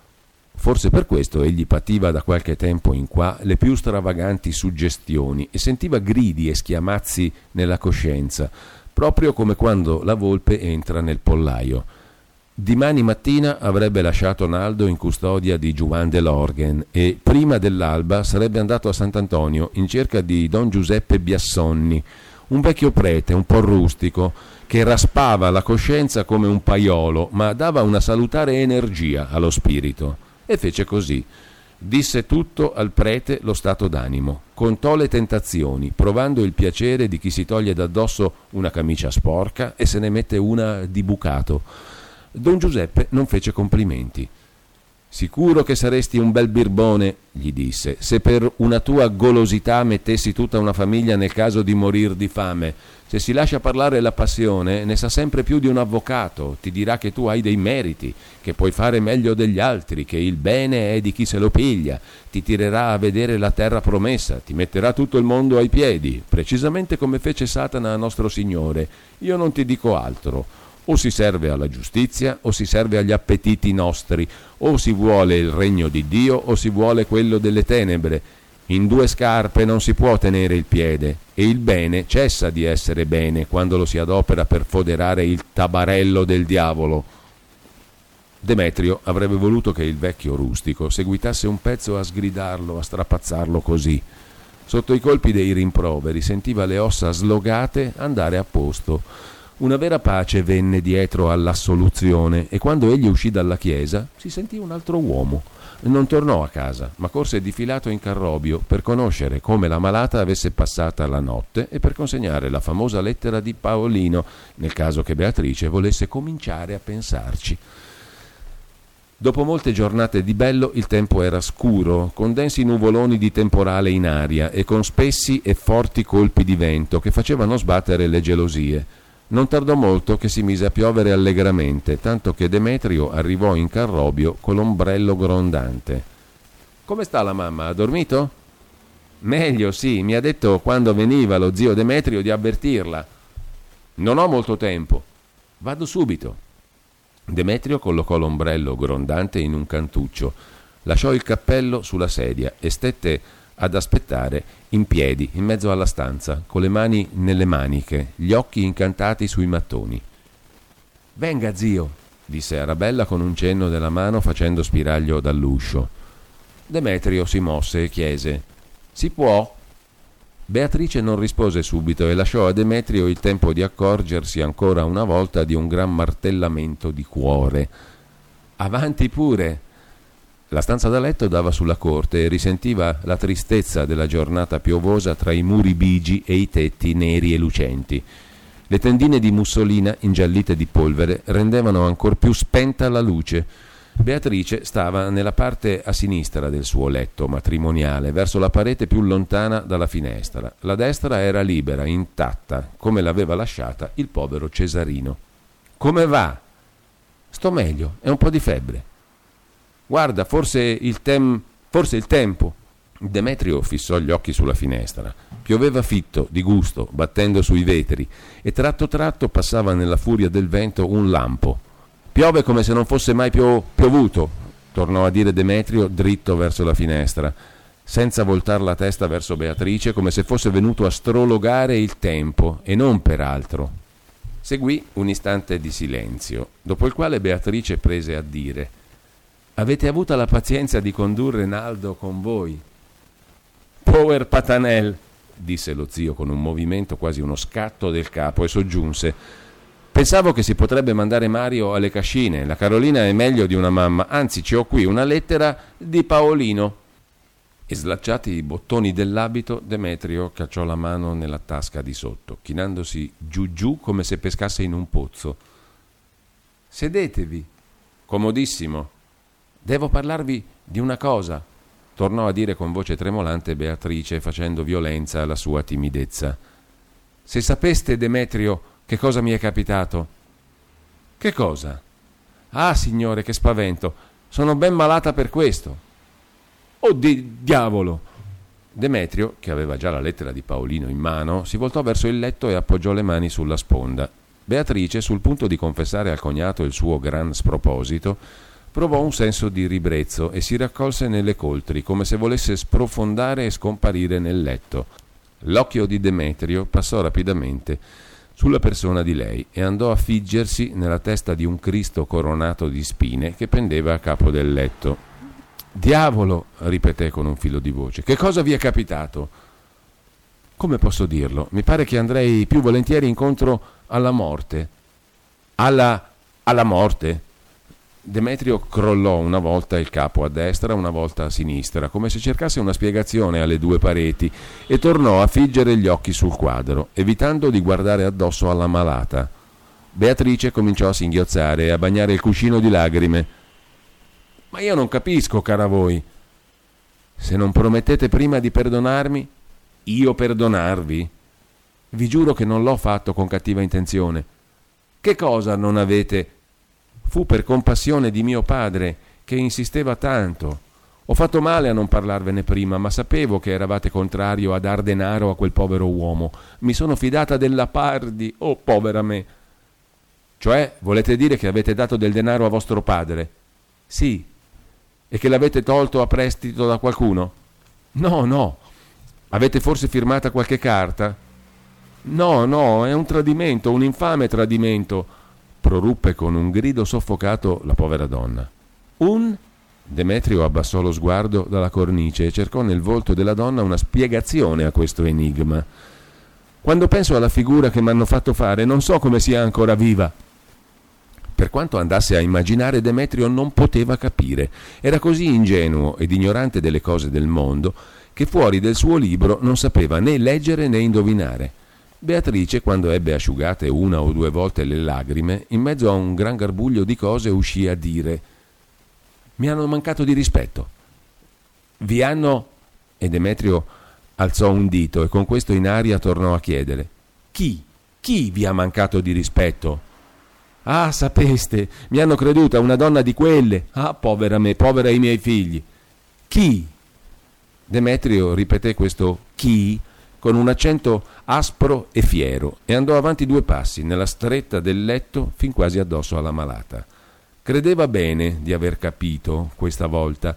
Forse per questo egli pativa da qualche tempo in qua le più stravaganti suggestioni e sentiva gridi e schiamazzi nella coscienza, proprio come quando la volpe entra nel pollaio. Dimani mattina avrebbe lasciato Naldo in custodia di Juan de Lorgen e prima dell'alba sarebbe andato a Sant'Antonio in cerca di don Giuseppe Biassonni, un vecchio prete un po' rustico che raspava la coscienza come un paiolo, ma dava una salutare energia allo spirito. E fece così. Disse tutto al prete lo stato d'animo, contò le tentazioni, provando il piacere di chi si toglie d'addosso una camicia sporca e se ne mette una di bucato. Don Giuseppe non fece complimenti. Sicuro che saresti un bel birbone, gli disse, se per una tua golosità mettessi tutta una famiglia nel caso di morir di fame. Se si lascia parlare la passione, ne sa sempre più di un avvocato, ti dirà che tu hai dei meriti, che puoi fare meglio degli altri, che il bene è di chi se lo piglia, ti tirerà a vedere la terra promessa, ti metterà tutto il mondo ai piedi, precisamente come fece Satana a nostro Signore. Io non ti dico altro. O si serve alla giustizia o si serve agli appetiti nostri, o si vuole il regno di Dio o si vuole quello delle tenebre. In due scarpe non si può tenere il piede e il bene cessa di essere bene quando lo si adopera per foderare il tabarello del diavolo. Demetrio avrebbe voluto che il vecchio rustico seguitasse un pezzo a sgridarlo, a strapazzarlo così. Sotto i colpi dei rimproveri sentiva le ossa slogate andare a posto. Una vera pace venne dietro all'assoluzione e quando egli uscì dalla chiesa si sentì un altro uomo. Non tornò a casa, ma corse difilato in carrobio per conoscere come la malata avesse passata la notte e per consegnare la famosa lettera di Paolino, nel caso che Beatrice volesse cominciare a pensarci. Dopo molte giornate di bello il tempo era scuro, con densi nuvoloni di temporale in aria e con spessi e forti colpi di vento che facevano sbattere le gelosie. Non tardò molto che si mise a piovere allegramente, tanto che Demetrio arrivò in carrobio con l'ombrello grondante. «Come sta la mamma? Ha dormito?» «Meglio, sì, mi ha detto quando veniva lo zio Demetrio di avvertirla». «Non ho molto tempo». «Vado subito». Demetrio collocò l'ombrello grondante in un cantuccio, lasciò il cappello sulla sedia e stette ad aspettare in piedi in mezzo alla stanza, con le mani nelle maniche, gli occhi incantati sui mattoni. «Venga, zio», disse Arabella con un cenno della mano facendo spiraglio dall'uscio. Demetrio si mosse e chiese: «Si può?» Beatrice non rispose subito e lasciò a Demetrio il tempo di accorgersi ancora una volta di un gran martellamento di cuore. «Avanti pure!» La stanza da letto dava sulla corte e risentiva la tristezza della giornata piovosa tra i muri bigi e i tetti neri e lucenti. Le tendine di mussolina ingiallite di polvere rendevano ancor più spenta la luce. Beatrice stava nella parte a sinistra del suo letto matrimoniale, verso la parete più lontana dalla finestra. La destra era libera, intatta, come l'aveva lasciata il povero Cesarino. «Come va?» «Sto meglio, è un po' di febbre». «Guarda, forse il tempo». Demetrio fissò gli occhi sulla finestra. Pioveva fitto, di gusto, battendo sui vetri, e tratto tratto passava nella furia del vento un lampo. Piove come se non fosse mai piovuto, tornò a dire Demetrio dritto verso la finestra, senza voltar la testa verso Beatrice, come se fosse venuto a strologare il tempo e non per altro. Seguì un istante di silenzio, dopo il quale Beatrice prese a dire: «Avete avuta la pazienza di condurre Naldo con voi?» «Pover Patanel», disse lo zio con un movimento, quasi uno scatto del capo, e soggiunse: «Pensavo che si potrebbe mandare Mario alle cascine. La Carolina è meglio di una mamma. Anzi, ci ho qui una lettera di Paolino». E slacciati i bottoni dell'abito, Demetrio cacciò la mano nella tasca di sotto, chinandosi giù giù come se pescasse in un pozzo. «Sedetevi». «Comodissimo». «Devo parlarvi di una cosa», tornò a dire con voce tremolante Beatrice, facendo violenza alla sua timidezza. «Se sapeste, Demetrio, che cosa mi è capitato». «Che cosa?» «Ah, signore, che spavento. Sono ben malata per questo». «Oh diavolo!» Demetrio, che aveva già la lettera di Paolino in mano, si voltò verso il letto e appoggiò le mani sulla sponda. Beatrice, sul punto di confessare al cognato il suo gran sproposito, provò un senso di ribrezzo e si raccolse nelle coltri, come se volesse sprofondare e scomparire nel letto. L'occhio di Demetrio passò rapidamente sulla persona di lei e andò a figgersi nella testa di un Cristo coronato di spine che pendeva a capo del letto. «Diavolo!» ripeté con un filo di voce. «Che cosa vi è capitato?» «Come posso dirlo? Mi pare che andrei più volentieri incontro alla morte». «Alla morte?» Demetrio crollò una volta il capo a destra, una volta a sinistra, come se cercasse una spiegazione alle due pareti, e tornò a figgere gli occhi sul quadro, evitando di guardare addosso alla malata. Beatrice cominciò a singhiozzare e a bagnare il cuscino di lagrime. «Ma io non capisco, cara voi». «Se non promettete prima di perdonarmi?» «Io perdonarvi?» «Vi giuro che non l'ho fatto con cattiva intenzione». «Che cosa non avete?» «Fu per compassione di mio padre, che insisteva tanto. Ho fatto male a non parlarvene prima, ma sapevo che eravate contrario a dar denaro a quel povero uomo. Mi sono fidata della Pardi, oh povera me». «Cioè, volete dire che avete dato del denaro a vostro padre?» «Sì». «E che l'avete tolto a prestito da qualcuno?» No. «Avete forse firmata qualche carta?» No, è un tradimento, un infame tradimento», proruppe con un grido soffocato la povera donna. Demetrio abbassò lo sguardo dalla cornice e cercò nel volto della donna una spiegazione a questo enigma. «Quando penso alla figura che m'hanno fatto fare, non so come sia ancora viva». Per quanto andasse a immaginare, Demetrio non poteva capire. Era così ingenuo ed ignorante delle cose del mondo che fuori del suo libro non sapeva né leggere né indovinare. Beatrice, quando ebbe asciugate una o due volte le lagrime, in mezzo a un gran garbuglio di cose uscì a dire: «Mi hanno mancato di rispetto». «Vi hanno?» E Demetrio alzò un dito e con questo in aria tornò a chiedere: «Chi vi ha mancato di rispetto?» «Ah, sapeste, mi hanno creduta una donna di quelle. Ah, povera me, povera i miei figli». «Chi?» Demetrio ripeté questo «chi» con un accento aspro e fiero e andò avanti 2 passi nella stretta del letto fin quasi addosso alla malata. Credeva bene di aver capito questa volta.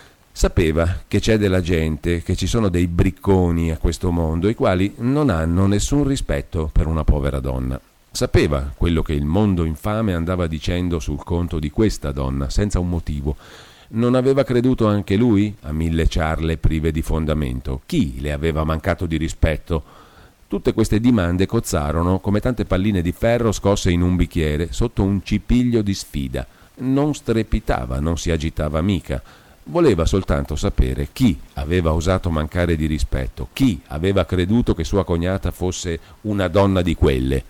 Sapeva che c'è della gente, che ci sono dei bricconi a questo mondo, i quali non hanno nessun rispetto per una povera donna. Sapeva quello che il mondo infame andava dicendo sul conto di questa donna, senza un motivo. Non aveva creduto anche lui a 1000 ciarle prive di fondamento? Chi le aveva mancato di rispetto? Tutte queste domande cozzarono come tante palline di ferro scosse in un bicchiere sotto un cipiglio di sfida. Non strepitava, non si agitava mica. Voleva soltanto sapere chi aveva osato mancare di rispetto, chi aveva creduto che sua cognata fosse una donna di quelle.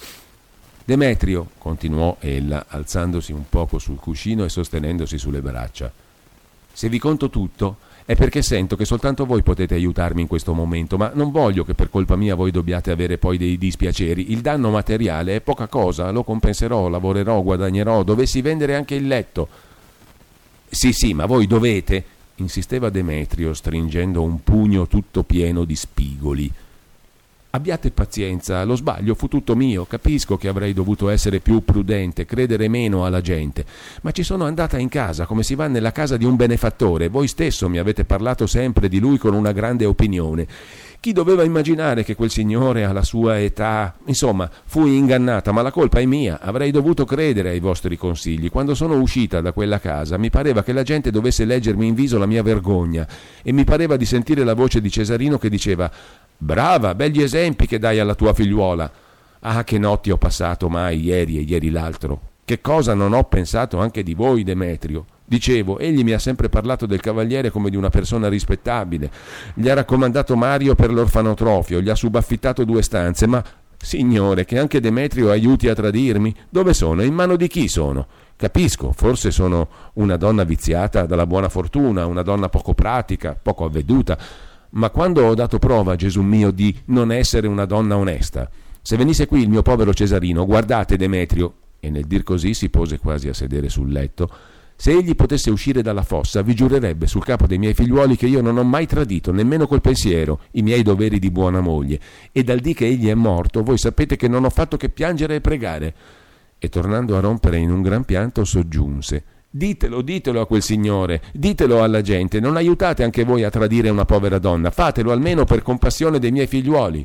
«Demetrio», continuò ella, alzandosi un poco sul cuscino e sostenendosi sulle braccia, «se vi conto tutto è perché sento che soltanto voi potete aiutarmi in questo momento, ma non voglio che per colpa mia voi dobbiate avere poi dei dispiaceri. Il danno materiale è poca cosa, lo compenserò, lavorerò, guadagnerò, dovessi vendere anche il letto». Sì, ma voi dovete. insisteva Demetrio, stringendo un pugno tutto pieno di spigoli. Abbiate pazienza, lo sbaglio fu tutto mio, capisco che avrei dovuto essere più prudente, credere meno alla gente, ma ci sono andata in casa come si va nella casa di un benefattore, voi stesso mi avete parlato sempre di lui con una grande opinione. Chi doveva immaginare che quel signore alla sua età... Insomma, fui ingannata, ma la colpa è mia. Avrei dovuto credere ai vostri consigli. Quando sono uscita da quella casa mi pareva che la gente dovesse leggermi in viso la mia vergogna e mi pareva di sentire la voce di Cesarino che diceva: «Brava, begli esempi che dai alla tua figliuola». Ah, che notti ho passato mai ieri e ieri l'altro. Che cosa non ho pensato anche di voi, Demetrio. Dicevo, egli mi ha sempre parlato del cavaliere come di una persona rispettabile, gli ha raccomandato Mario per l'orfanotrofio, gli ha subaffittato 2 stanze, ma, signore, che anche Demetrio aiuti a tradirmi? Dove sono? In mano di chi sono? Capisco, forse sono una donna viziata dalla buona fortuna, una donna poco pratica, poco avveduta, ma quando ho dato prova, Gesù mio, di non essere una donna onesta? Se venisse qui il mio povero Cesarino, guardate Demetrio, e nel dir così si pose quasi a sedere sul letto, se egli potesse uscire dalla fossa, vi giurerebbe sul capo dei miei figliuoli che io non ho mai tradito, nemmeno col pensiero, i miei doveri di buona moglie. E dal dì che egli è morto, voi sapete che non ho fatto che piangere e pregare. E tornando a rompere in un gran pianto, soggiunse: ditelo a quel signore, ditelo alla gente, non aiutate anche voi a tradire una povera donna, fatelo almeno per compassione dei miei figliuoli.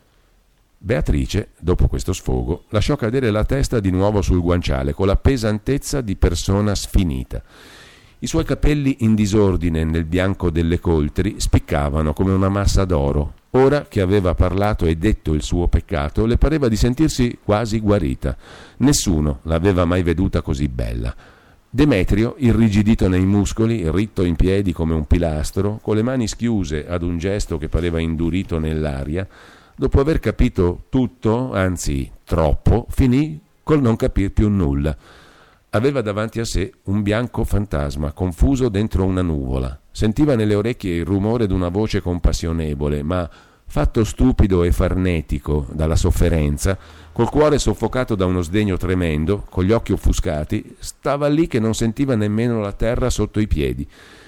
Beatrice, dopo questo sfogo, lasciò cadere la testa di nuovo sul guanciale con la pesantezza di persona sfinita. I suoi capelli in disordine nel bianco delle coltri spiccavano come una massa d'oro. Ora che aveva parlato e detto il suo peccato, le pareva di sentirsi quasi guarita. Nessuno l'aveva mai veduta così bella. Demetrio, irrigidito nei muscoli, ritto in piedi come un pilastro, con le mani schiuse ad un gesto che pareva indurito nell'aria, dopo aver capito tutto, anzi troppo, finì col non capir più nulla. Aveva davanti a sé un bianco fantasma, confuso dentro una nuvola. Sentiva nelle orecchie il rumore d'una voce compassionevole, ma fatto stupido e farnetico dalla sofferenza, col cuore soffocato da uno sdegno tremendo, con gli occhi offuscati, stava lì che non sentiva nemmeno la terra sotto i piedi.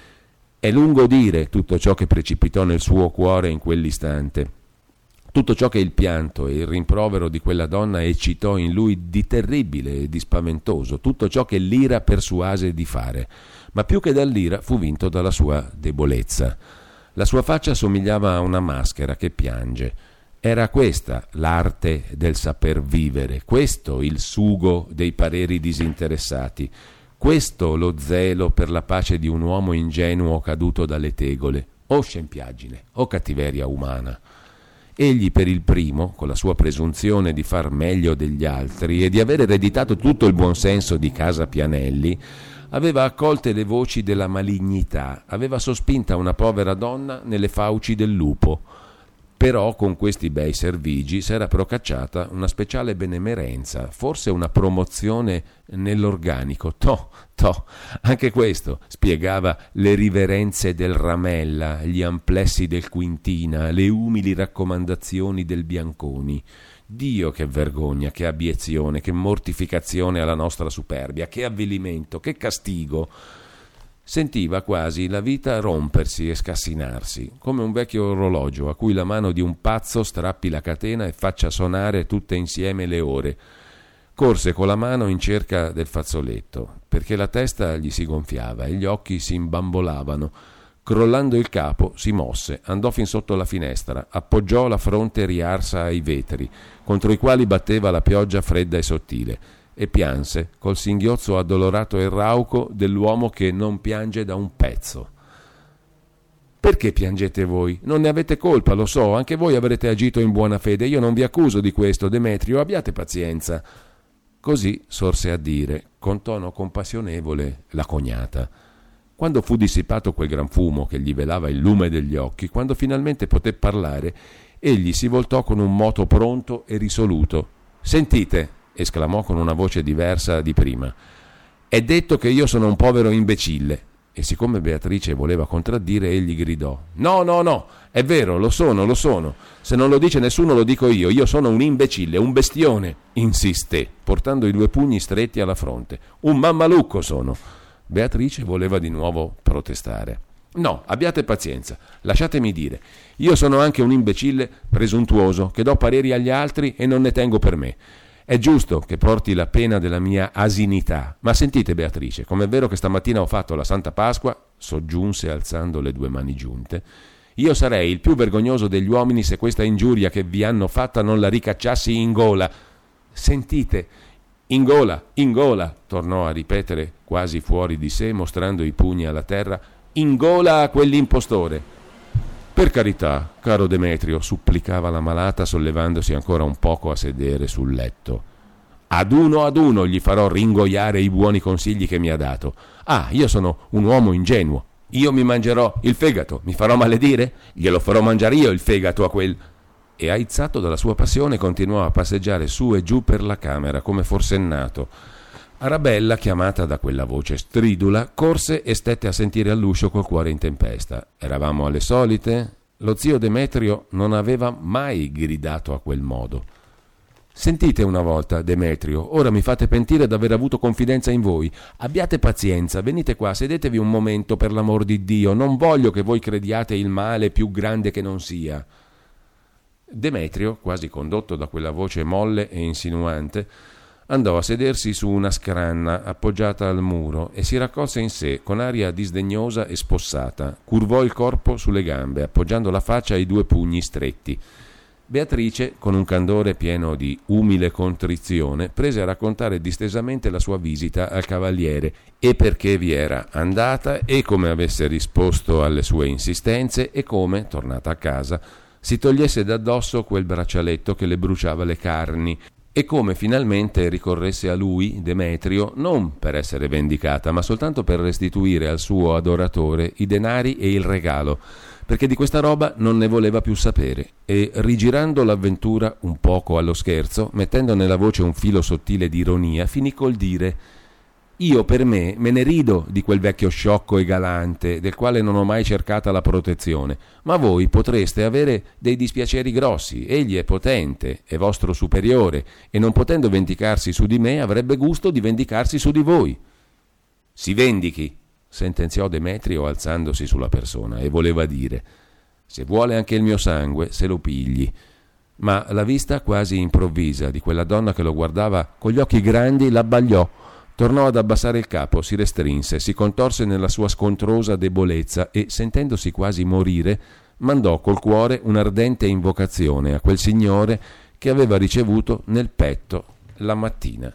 È lungo dire tutto ciò che precipitò nel suo cuore in quell'istante. Tutto ciò che il pianto e il rimprovero di quella donna eccitò in lui di terribile e di spaventoso, tutto ciò che l'ira persuase di fare, ma più che dall'ira fu vinto dalla sua debolezza. La sua faccia somigliava a una maschera che piange. Era questa l'arte del saper vivere, questo il sugo dei pareri disinteressati, questo lo zelo per la pace di un uomo ingenuo caduto dalle tegole, o scempiaggine o cattiveria umana. Egli per il primo, con la sua presunzione di far meglio degli altri e di aver ereditato tutto il buonsenso di casa Pianelli, aveva accolte le voci della malignità, aveva sospinta una povera donna nelle fauci del lupo. Però con questi bei servigi s'era procacciata una speciale benemerenza, forse una promozione nell'organico. Anche questo spiegava le riverenze del Ramella, gli amplessi del Quintina, le umili raccomandazioni del Bianconi. Dio, che vergogna, che abiezione, che mortificazione alla nostra superbia, che avvilimento, che castigo! Sentiva quasi la vita rompersi e scassinarsi, come un vecchio orologio a cui la mano di un pazzo strappi la catena e faccia sonare tutte insieme le ore. Corse con la mano in cerca del fazzoletto, perché la testa gli si gonfiava e gli occhi si imbambolavano. Crollando il capo, si mosse, andò fin sotto la finestra, appoggiò la fronte riarsa ai vetri, contro i quali batteva la pioggia fredda e sottile, e pianse col singhiozzo addolorato e rauco dell'uomo che non piange da un pezzo. Perché piangete voi? Non ne avete colpa, lo so, anche voi avrete agito in buona fede, io non vi accuso di questo, Demetrio, abbiate pazienza. Così sorse a dire, con tono compassionevole, la cognata. Quando fu dissipato quel gran fumo che gli velava il lume degli occhi, quando finalmente poté parlare, egli si voltò con un moto pronto e risoluto. «Sentite», esclamò con una voce diversa di prima, «è detto che io sono un povero imbecille». E siccome Beatrice voleva contraddire, egli gridò: No, è vero, lo sono. Se non lo dice nessuno lo dico io sono un imbecille, un bestione. Insisté, portando i 2 pugni stretti alla fronte. Un mammalucco sono. Beatrice voleva di nuovo protestare. No, abbiate pazienza, lasciatemi dire. Io sono anche un imbecille presuntuoso che do pareri agli altri e non ne tengo per me. È giusto che porti la pena della mia asinità, ma sentite Beatrice, com'è vero che stamattina ho fatto la Santa Pasqua, soggiunse alzando le due mani giunte, io sarei il più vergognoso degli uomini se questa ingiuria che vi hanno fatta non la ricacciassi in gola. Sentite, in gola, tornò a ripetere quasi fuori di sé, mostrando i pugni alla terra, in gola a quell'impostore. Per carità, caro Demetrio, supplicava la malata sollevandosi ancora un poco a sedere sul letto. Ad uno gli farò ringoiare i buoni consigli che mi ha dato. Ah, io sono un uomo ingenuo. Io mi mangerò il fegato, mi farò maledire? Glielo farò mangiare io il fegato a quel... E aizzato dalla sua passione continuò a passeggiare su e giù per la camera come forsennato. Arabella, chiamata da quella voce stridula, corse e stette a sentire all'uscio col cuore in tempesta. Eravamo alle solite? Lo zio Demetrio non aveva mai gridato a quel modo. Sentite una volta, Demetrio, ora mi fate pentire d'aver avuto confidenza in voi. Abbiate pazienza, venite qua, sedetevi un momento per l'amor di Dio, non voglio che voi crediate il male più grande che non sia. Demetrio, quasi condotto da quella voce molle e insinuante, andò a sedersi su una scranna appoggiata al muro e si raccolse in sé con aria disdegnosa e spossata, curvò il corpo sulle gambe, appoggiando la faccia ai due pugni stretti. Beatrice, con un candore pieno di umile contrizione, prese a raccontare distesamente la sua visita al cavaliere e perché vi era andata e come avesse risposto alle sue insistenze e come, tornata a casa, si togliesse d'addosso quel braccialetto che le bruciava le carni e come finalmente ricorresse a lui, Demetrio, non per essere vendicata, ma soltanto per restituire al suo adoratore i denari e il regalo, perché di questa roba non ne voleva più sapere, e rigirando l'avventura un poco allo scherzo, mettendo nella voce un filo sottile di ironia, finì col dire: io per me ne rido di quel vecchio sciocco e galante, del quale non ho mai cercata la protezione, ma voi potreste avere dei dispiaceri grossi, egli è potente, è vostro superiore, e non potendo vendicarsi su di me avrebbe gusto di vendicarsi su di voi. Si vendichi, sentenziò Demetrio alzandosi sulla persona, e voleva dire: se vuole anche il mio sangue, se lo pigli. Ma la vista quasi improvvisa di quella donna che lo guardava con gli occhi grandi l'abbagliò. Tornò ad abbassare il capo, si restrinse, si contorse nella sua scontrosa debolezza e, sentendosi quasi morire, mandò col cuore un'ardente invocazione a quel signore che aveva ricevuto nel petto la mattina.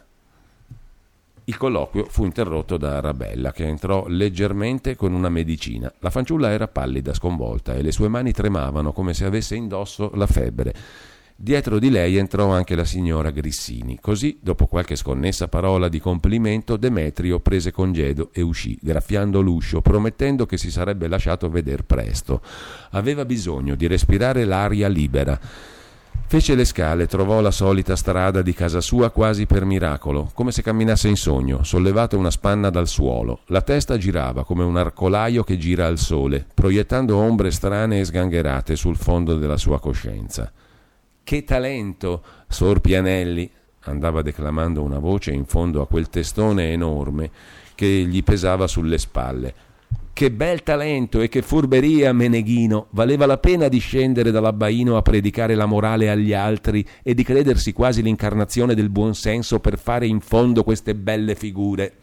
Il colloquio fu interrotto da Arabella, che entrò leggermente con una medicina. La fanciulla era pallida, sconvolta, e le sue mani tremavano come se avesse indosso la febbre. Dietro di lei entrò anche la signora Grissini. Così, dopo qualche sconnessa parola di complimento, Demetrio prese congedo e uscì, graffiando l'uscio, promettendo che si sarebbe lasciato veder presto. Aveva bisogno di respirare l'aria libera. Fece le scale, trovò la solita strada di casa sua quasi per miracolo, come se camminasse in sogno, sollevata una spanna dal suolo. La testa girava come un arcolaio che gira al sole, proiettando ombre strane e sgangherate sul fondo della sua coscienza. Che talento, Sor Pianelli, andava declamando una voce in fondo a quel testone enorme che gli pesava sulle spalle. Che bel talento e che furberia, Meneghino! Valeva la pena di scendere dall'abbaino a predicare la morale agli altri e di credersi quasi l'incarnazione del buon senso per fare in fondo queste belle figure.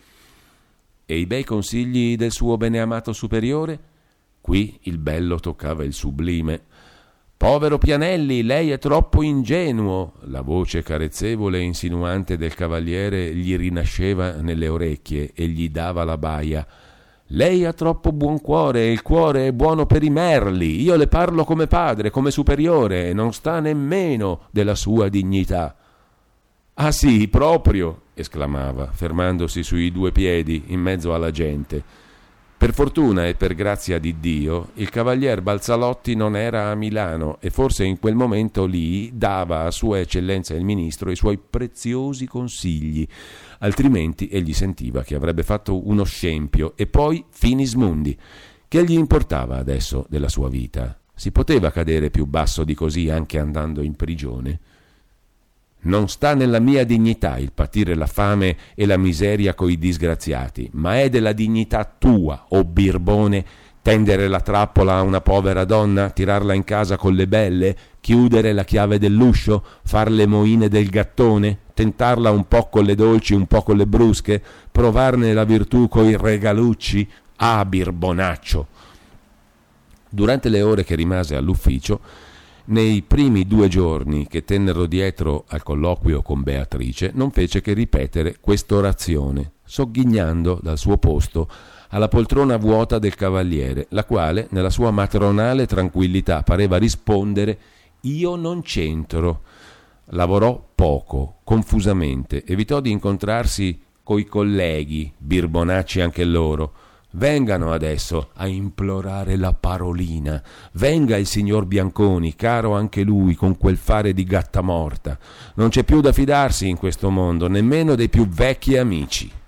E i bei consigli del suo beneamato superiore? Qui il bello toccava il sublime. Povero Pianelli, lei è troppo ingenuo. La voce carezzevole e insinuante del cavaliere gli rinasceva nelle orecchie e gli dava la baia. Lei ha troppo buon cuore e il cuore è buono per i merli. Io le parlo come padre, come superiore, e non sta nemmeno della sua dignità. Ah sì, proprio, esclamava, fermandosi sui due piedi in mezzo alla gente. Per fortuna e per grazia di Dio, il cavalier Balzalotti non era a Milano e forse in quel momento lì dava a Sua Eccellenza il Ministro i suoi preziosi consigli, altrimenti egli sentiva che avrebbe fatto uno scempio e poi finis mundi. Che gli importava adesso della sua vita? Si poteva cadere più basso di così anche andando in prigione? Non sta nella mia dignità il patire la fame e la miseria coi disgraziati, ma è della dignità tua, o birbone, Tendere la trappola a una povera donna, tirarla in casa con le belle, chiudere la chiave dell'uscio, far le moine del gattone, tentarla un po' con le dolci, un po' con le brusche, provarne la virtù coi regalucci? Ah, birbonaccio! Durante le ore che rimase all'ufficio, nei primi 2 giorni che tennero dietro al colloquio con Beatrice, non fece che ripetere quest'orazione, sogghignando dal suo posto alla poltrona vuota del cavaliere, la quale, nella sua matronale tranquillità, pareva rispondere: «Io non c'entro». Lavorò poco, confusamente, evitò di incontrarsi coi colleghi, birbonacci anche loro. Vengano adesso a implorare la parolina. Venga il signor Bianconi, caro anche lui, con quel fare di gatta morta. Non c'è più da fidarsi in questo mondo, nemmeno dei più vecchi amici.